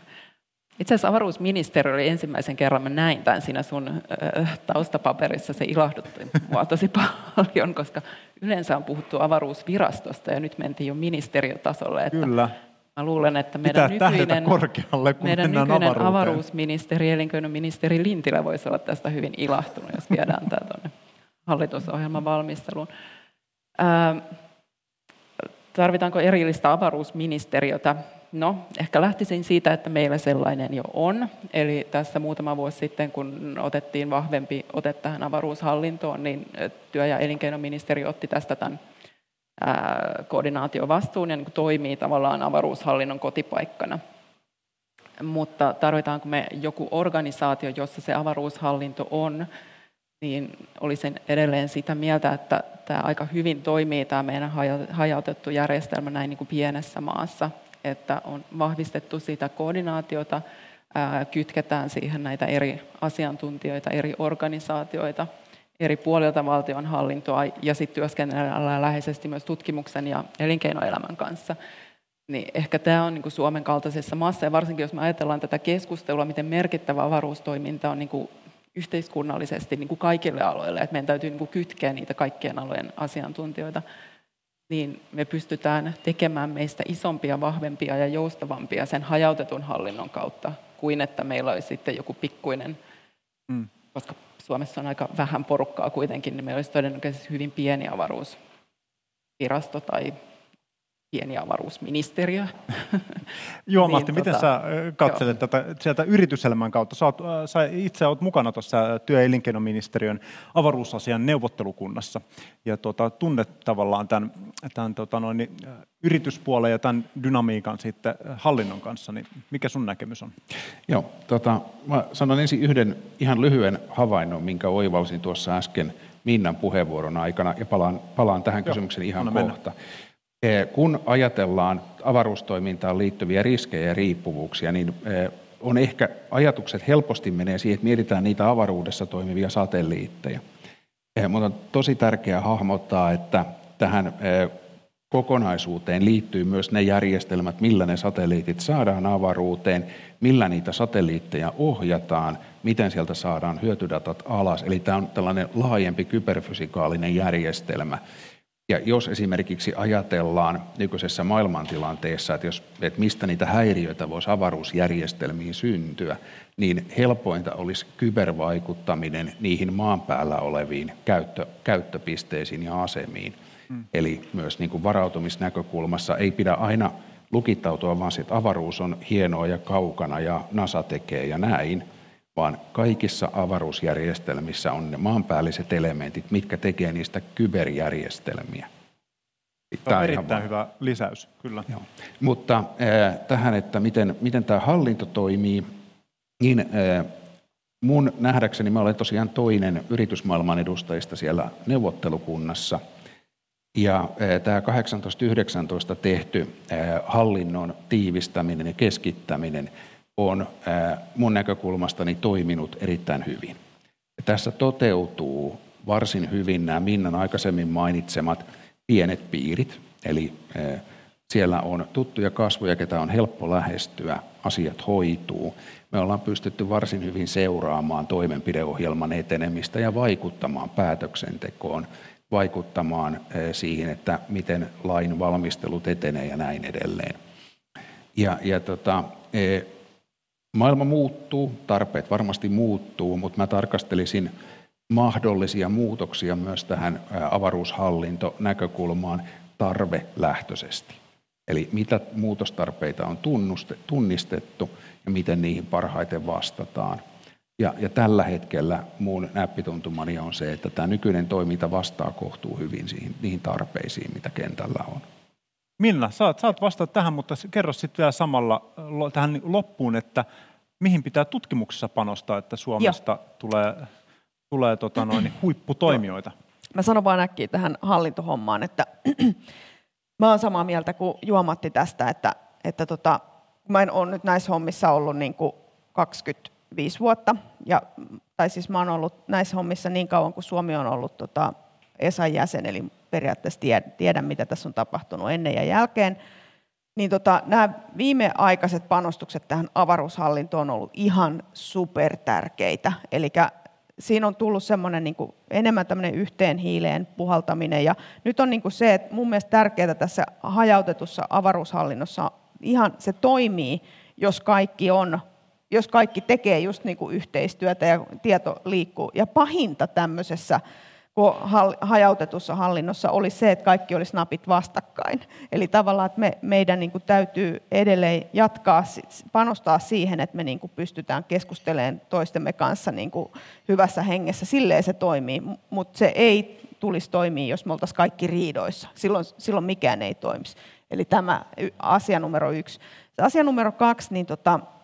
Itse asiassa avaruusministeriö oli ensimmäisen kerran, mä näin tämän siinä sun äh, taustapaperissa, se ilahdutti mua tosi paljon, koska yleensä on puhuttu avaruusvirastosta ja nyt mentiin jo ministeriötasolle. Että Kyllä. Mä luulen, että meidän Pitää nykyinen, korkealle, kun meidän nykyinen avaruusministeri, elinkeinoministeri Lintilä voisi olla tästä hyvin ilahtunut, jos viedään tämä tuonne hallitusohjelman valmisteluun. Ää, tarvitaanko erillistä avaruusministeriötä? No, ehkä lähtisin siitä, että meillä sellainen jo on. Eli tässä muutama vuosi sitten, kun otettiin vahvempi ote tähän avaruushallintoon, niin työ- ja elinkeinoministeriö otti tästä tämän ää, koordinaatiovastuun ja niin kuin toimii tavallaan avaruushallinnon kotipaikkana. Mutta tarvitaanko me joku organisaatio, jossa se avaruushallinto on niin olisin edelleen sitä mieltä, että tämä aika hyvin toimii tämä meidän hajautettu järjestelmä näin niin kuin pienessä maassa, että on vahvistettu sitä koordinaatiota, ää, kytketään siihen näitä eri asiantuntijoita, eri organisaatioita, eri puolilta valtionhallintoa ja sitten työskennellään läheisesti myös tutkimuksen ja elinkeinoelämän kanssa. Niin ehkä tämä on niin kuin Suomen kaltaisessa maassa, ja varsinkin jos me ajatellaan tätä keskustelua, miten merkittävä avaruustoiminta on niin kuin yhteiskunnallisesti niin kuin kaikille aloille, että meidän täytyy niin kuin kytkeä niitä kaikkien alojen asiantuntijoita, niin me pystytään tekemään meistä isompia, vahvempia ja joustavampia sen hajautetun hallinnon kautta, kuin että meillä olisi sitten joku pikkuinen, mm. koska Suomessa on aika vähän porukkaa kuitenkin, niin meillä olisi todennäköisesti hyvin pieni avaruusvirasto tai pieni avaruusministeriö. Joo, Matti, niin, miten tota, sä katselet joo. tätä sieltä yrityselämän kautta? Sä, oot, sä itse olet mukana tuossa työ- ja elinkeinoministeriön avaruusasian neuvottelukunnassa ja tota, tunnet tavallaan tämän, tämän tota noin, yrityspuolen ja tämän dynamiikan sitten hallinnon kanssa, niin mikä sun näkemys on? Joo, tota, mä sanon ensin yhden ihan lyhyen havainnon, minkä oivalsin tuossa äsken Minnan puheenvuoron aikana, ja palaan, palaan tähän Joo, kysymykseen ihan kohta. Mennä. Kun ajatellaan avaruustoimintaan liittyviä riskejä ja riippuvuuksia, niin on ehkä ajatukset helposti menee siihen, että mietitään niitä avaruudessa toimivia satelliitteja. Mutta on tosi tärkeää hahmottaa, että tähän kokonaisuuteen liittyy myös ne järjestelmät, millä ne satelliitit saadaan avaruuteen, millä niitä satelliitteja ohjataan, miten sieltä saadaan hyötydatat alas. Eli tämä on tällainen laajempi kyberfysikaalinen järjestelmä. Ja jos esimerkiksi ajatellaan nykyisessä maailmantilanteessa, että, jos, että mistä niitä häiriöitä voisi avaruusjärjestelmiin syntyä, niin helpointa olisi kybervaikuttaminen niihin maan päällä oleviin käyttö, käyttöpisteisiin ja asemiin. Hmm. Eli myös niin kuin varautumisnäkökulmassa ei pidä aina lukittautua vaan että avaruus on hienoa ja kaukana ja NASA tekee ja näin, vaan kaikissa avaruusjärjestelmissä on ne maanpäälliset elementit, mitkä tekee niistä kyberjärjestelmiä. Tämä on erittäin hyvä lisäys, kyllä. Joo. Mutta äh, tähän, että miten, miten tämä hallinto toimii, niin äh, mun nähdäkseni mä olen tosiaan toinen yritysmaailman edustajista siellä neuvottelukunnassa. Ja äh, tämä kahdeksantoista yhdeksäntoista tehty äh, hallinnon tiivistäminen ja keskittäminen on mun näkökulmastani toiminut erittäin hyvin. Ja tässä toteutuu varsin hyvin nämä Minnan aikaisemmin mainitsemat pienet piirit, eli siellä on tuttuja kasvoja, ketä on helppo lähestyä, asiat hoituu. Me ollaan pystytty varsin hyvin seuraamaan toimenpideohjelman etenemistä ja vaikuttamaan päätöksentekoon, vaikuttamaan siihen, että miten lain valmistelut etenee ja näin edelleen. Ja, ja tota, maailma muuttuu, tarpeet varmasti muuttuu, mutta mä tarkastelisin mahdollisia muutoksia myös tähän avaruushallintonäkökulmaan tarvelähtöisesti. Eli mitä muutostarpeita on tunnistettu ja miten niihin parhaiten vastataan. Ja, ja tällä hetkellä mun näppituntumani on se, että tämä nykyinen toiminta vastaa kohtuu hyvin siihen, niihin tarpeisiin, mitä kentällä on. Minna, saat, saat vastata tähän, mutta kerro sitten vielä samalla tähän loppuun, että mihin pitää tutkimuksessa panostaa, että Suomesta Joo. tulee, tulee tota noin, huipputoimijoita? Mä sanon vaan äkkiä tähän hallintohommaan, että mä oon samaa mieltä kuin Juha-Matti tästä, että, että tota, mä en ole nyt näissä hommissa ollut niin kuin kaksikymmentäviisi vuotta, ja, tai siis mä oon ollut näissä hommissa niin kauan kuin Suomi on ollut tota, E S A:n jäsen, eli periaatteessa tiedän, mitä tässä on tapahtunut ennen ja jälkeen, niin tota, nämä viimeaikaiset panostukset tähän avaruushallintoon on ollut ihan supertärkeitä. Eli siinä on tullut semmoinen niin kuin enemmän tämmöinen yhteen hiileen puhaltaminen. Ja nyt on niin kuin se, että mun mielestä tärkeää tässä hajautetussa avaruushallinnossa ihan se toimii, jos kaikki on, jos kaikki tekee just niin kuin yhteistyötä ja tieto liikkuu. Ja pahinta tämmöisessä hajautetussa hallinnossa oli se, että kaikki olisi napit vastakkain. Eli tavallaan, että me, meidän niin kuin täytyy edelleen jatkaa, panostaa siihen, että me niin kuin pystytään keskustelemaan toistemme kanssa niin kuin hyvässä hengessä. Silleen se toimii, mutta se ei tulisi toimia, jos me oltaisiin kaikki riidoissa. Silloin, silloin mikään ei toimisi. Eli tämä asia numero yksi. Asia numero kaksi, niin tota,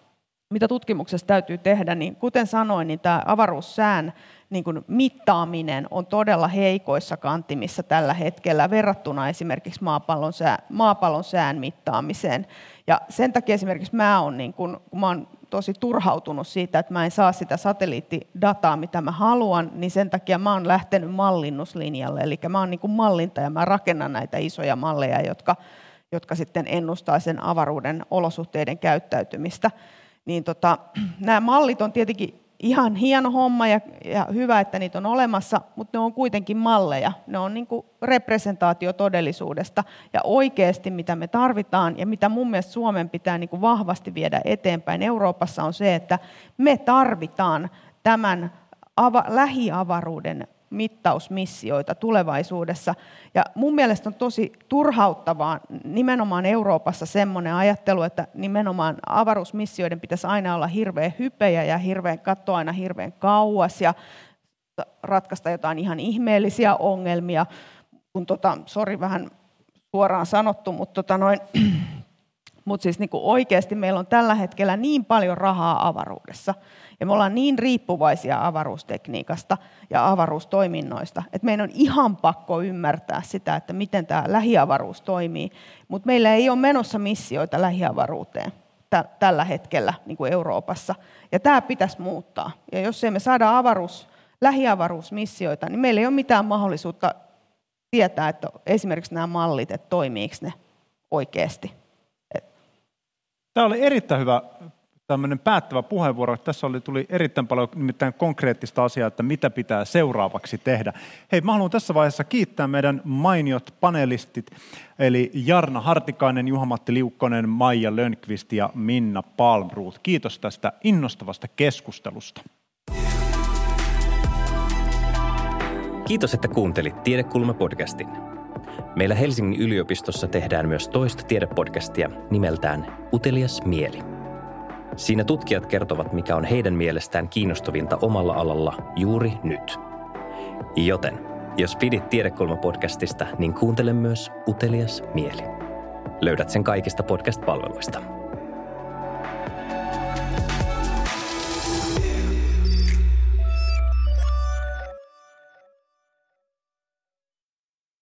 mitä tutkimuksessa täytyy tehdä, niin kuten sanoin, niin tämä avaruussään niin kuin mittaaminen on todella heikoissa kantimissa tällä hetkellä verrattuna esimerkiksi maapallon, sää, maapallon sään mittaamiseen. Ja sen takia esimerkiksi mä oon, niin kuin, kun mä oon tosi turhautunut siitä, että mä en saa sitä satelliittidataa, mitä mä haluan, niin sen takia mä oon lähtenyt mallinnuslinjalle. Eli mä oon niin kuin mallintaja, mä rakennan näitä isoja malleja, jotka, jotka sitten ennustaa sen avaruuden olosuhteiden käyttäytymistä. Niin tota, nämä mallit on tietenkin ihan hieno homma ja, ja hyvä, että niitä on olemassa, mutta ne on kuitenkin malleja. Ne on niin kuin representaatio todellisuudesta. Ja oikeasti mitä me tarvitaan ja mitä mun mielestä Suomen pitää niin kuin vahvasti viedä eteenpäin Euroopassa on se, että me tarvitaan tämän ava- lähiavaruuden mittausmissioita tulevaisuudessa. Ja mun mielestä on tosi turhauttavaa nimenomaan Euroopassa semmoinen ajattelu, että nimenomaan avaruusmissioiden pitäisi aina olla hirveän hypejä ja hirveän, katsoa aina hirveän kauas ja ratkaista jotain ihan ihmeellisiä ongelmia. Kun tota, sori vähän suoraan sanottu, mutta tota noin, mut siis niinku oikeasti meillä on tällä hetkellä niin paljon rahaa avaruudessa. Ja me ollaan niin riippuvaisia avaruustekniikasta ja avaruustoiminnoista, että meidän on ihan pakko ymmärtää sitä, että miten tämä lähiavaruus toimii. Mutta meillä ei ole menossa missioita lähiavaruuteen t- tällä hetkellä niin kuin Euroopassa. Ja tämä pitäisi muuttaa. Ja jos emme saada avaruus, lähiavaruusmissioita, niin meillä ei ole mitään mahdollisuutta tietää, että esimerkiksi nämä mallit, että toimiiko ne oikeasti. Tämä oli erittäin hyvä tämmöinen päättävä puheenvuoro. Tässä oli, tuli erittäin paljon nimittäin konkreettista asiaa, että mitä pitää seuraavaksi tehdä. Hei, mä haluan tässä vaiheessa kiittää meidän mainiot panelistit, eli Jarna Hartikainen, Juha-Matti Liukkonen, Maija Lönnqvist ja Minna Palmroth. Kiitos tästä innostavasta keskustelusta. Kiitos, että kuuntelit Tiedekulma-podcastin. Meillä Helsingin yliopistossa tehdään myös toista tiedepodcastia nimeltään Utelias mieli. Siinä tutkijat kertovat, mikä on heidän mielestään kiinnostavinta omalla alalla juuri nyt. Joten, jos pidit Tiedekulma-podcastista, niin kuuntele myös Utelias mieli. Löydät sen kaikista podcast-palveluista.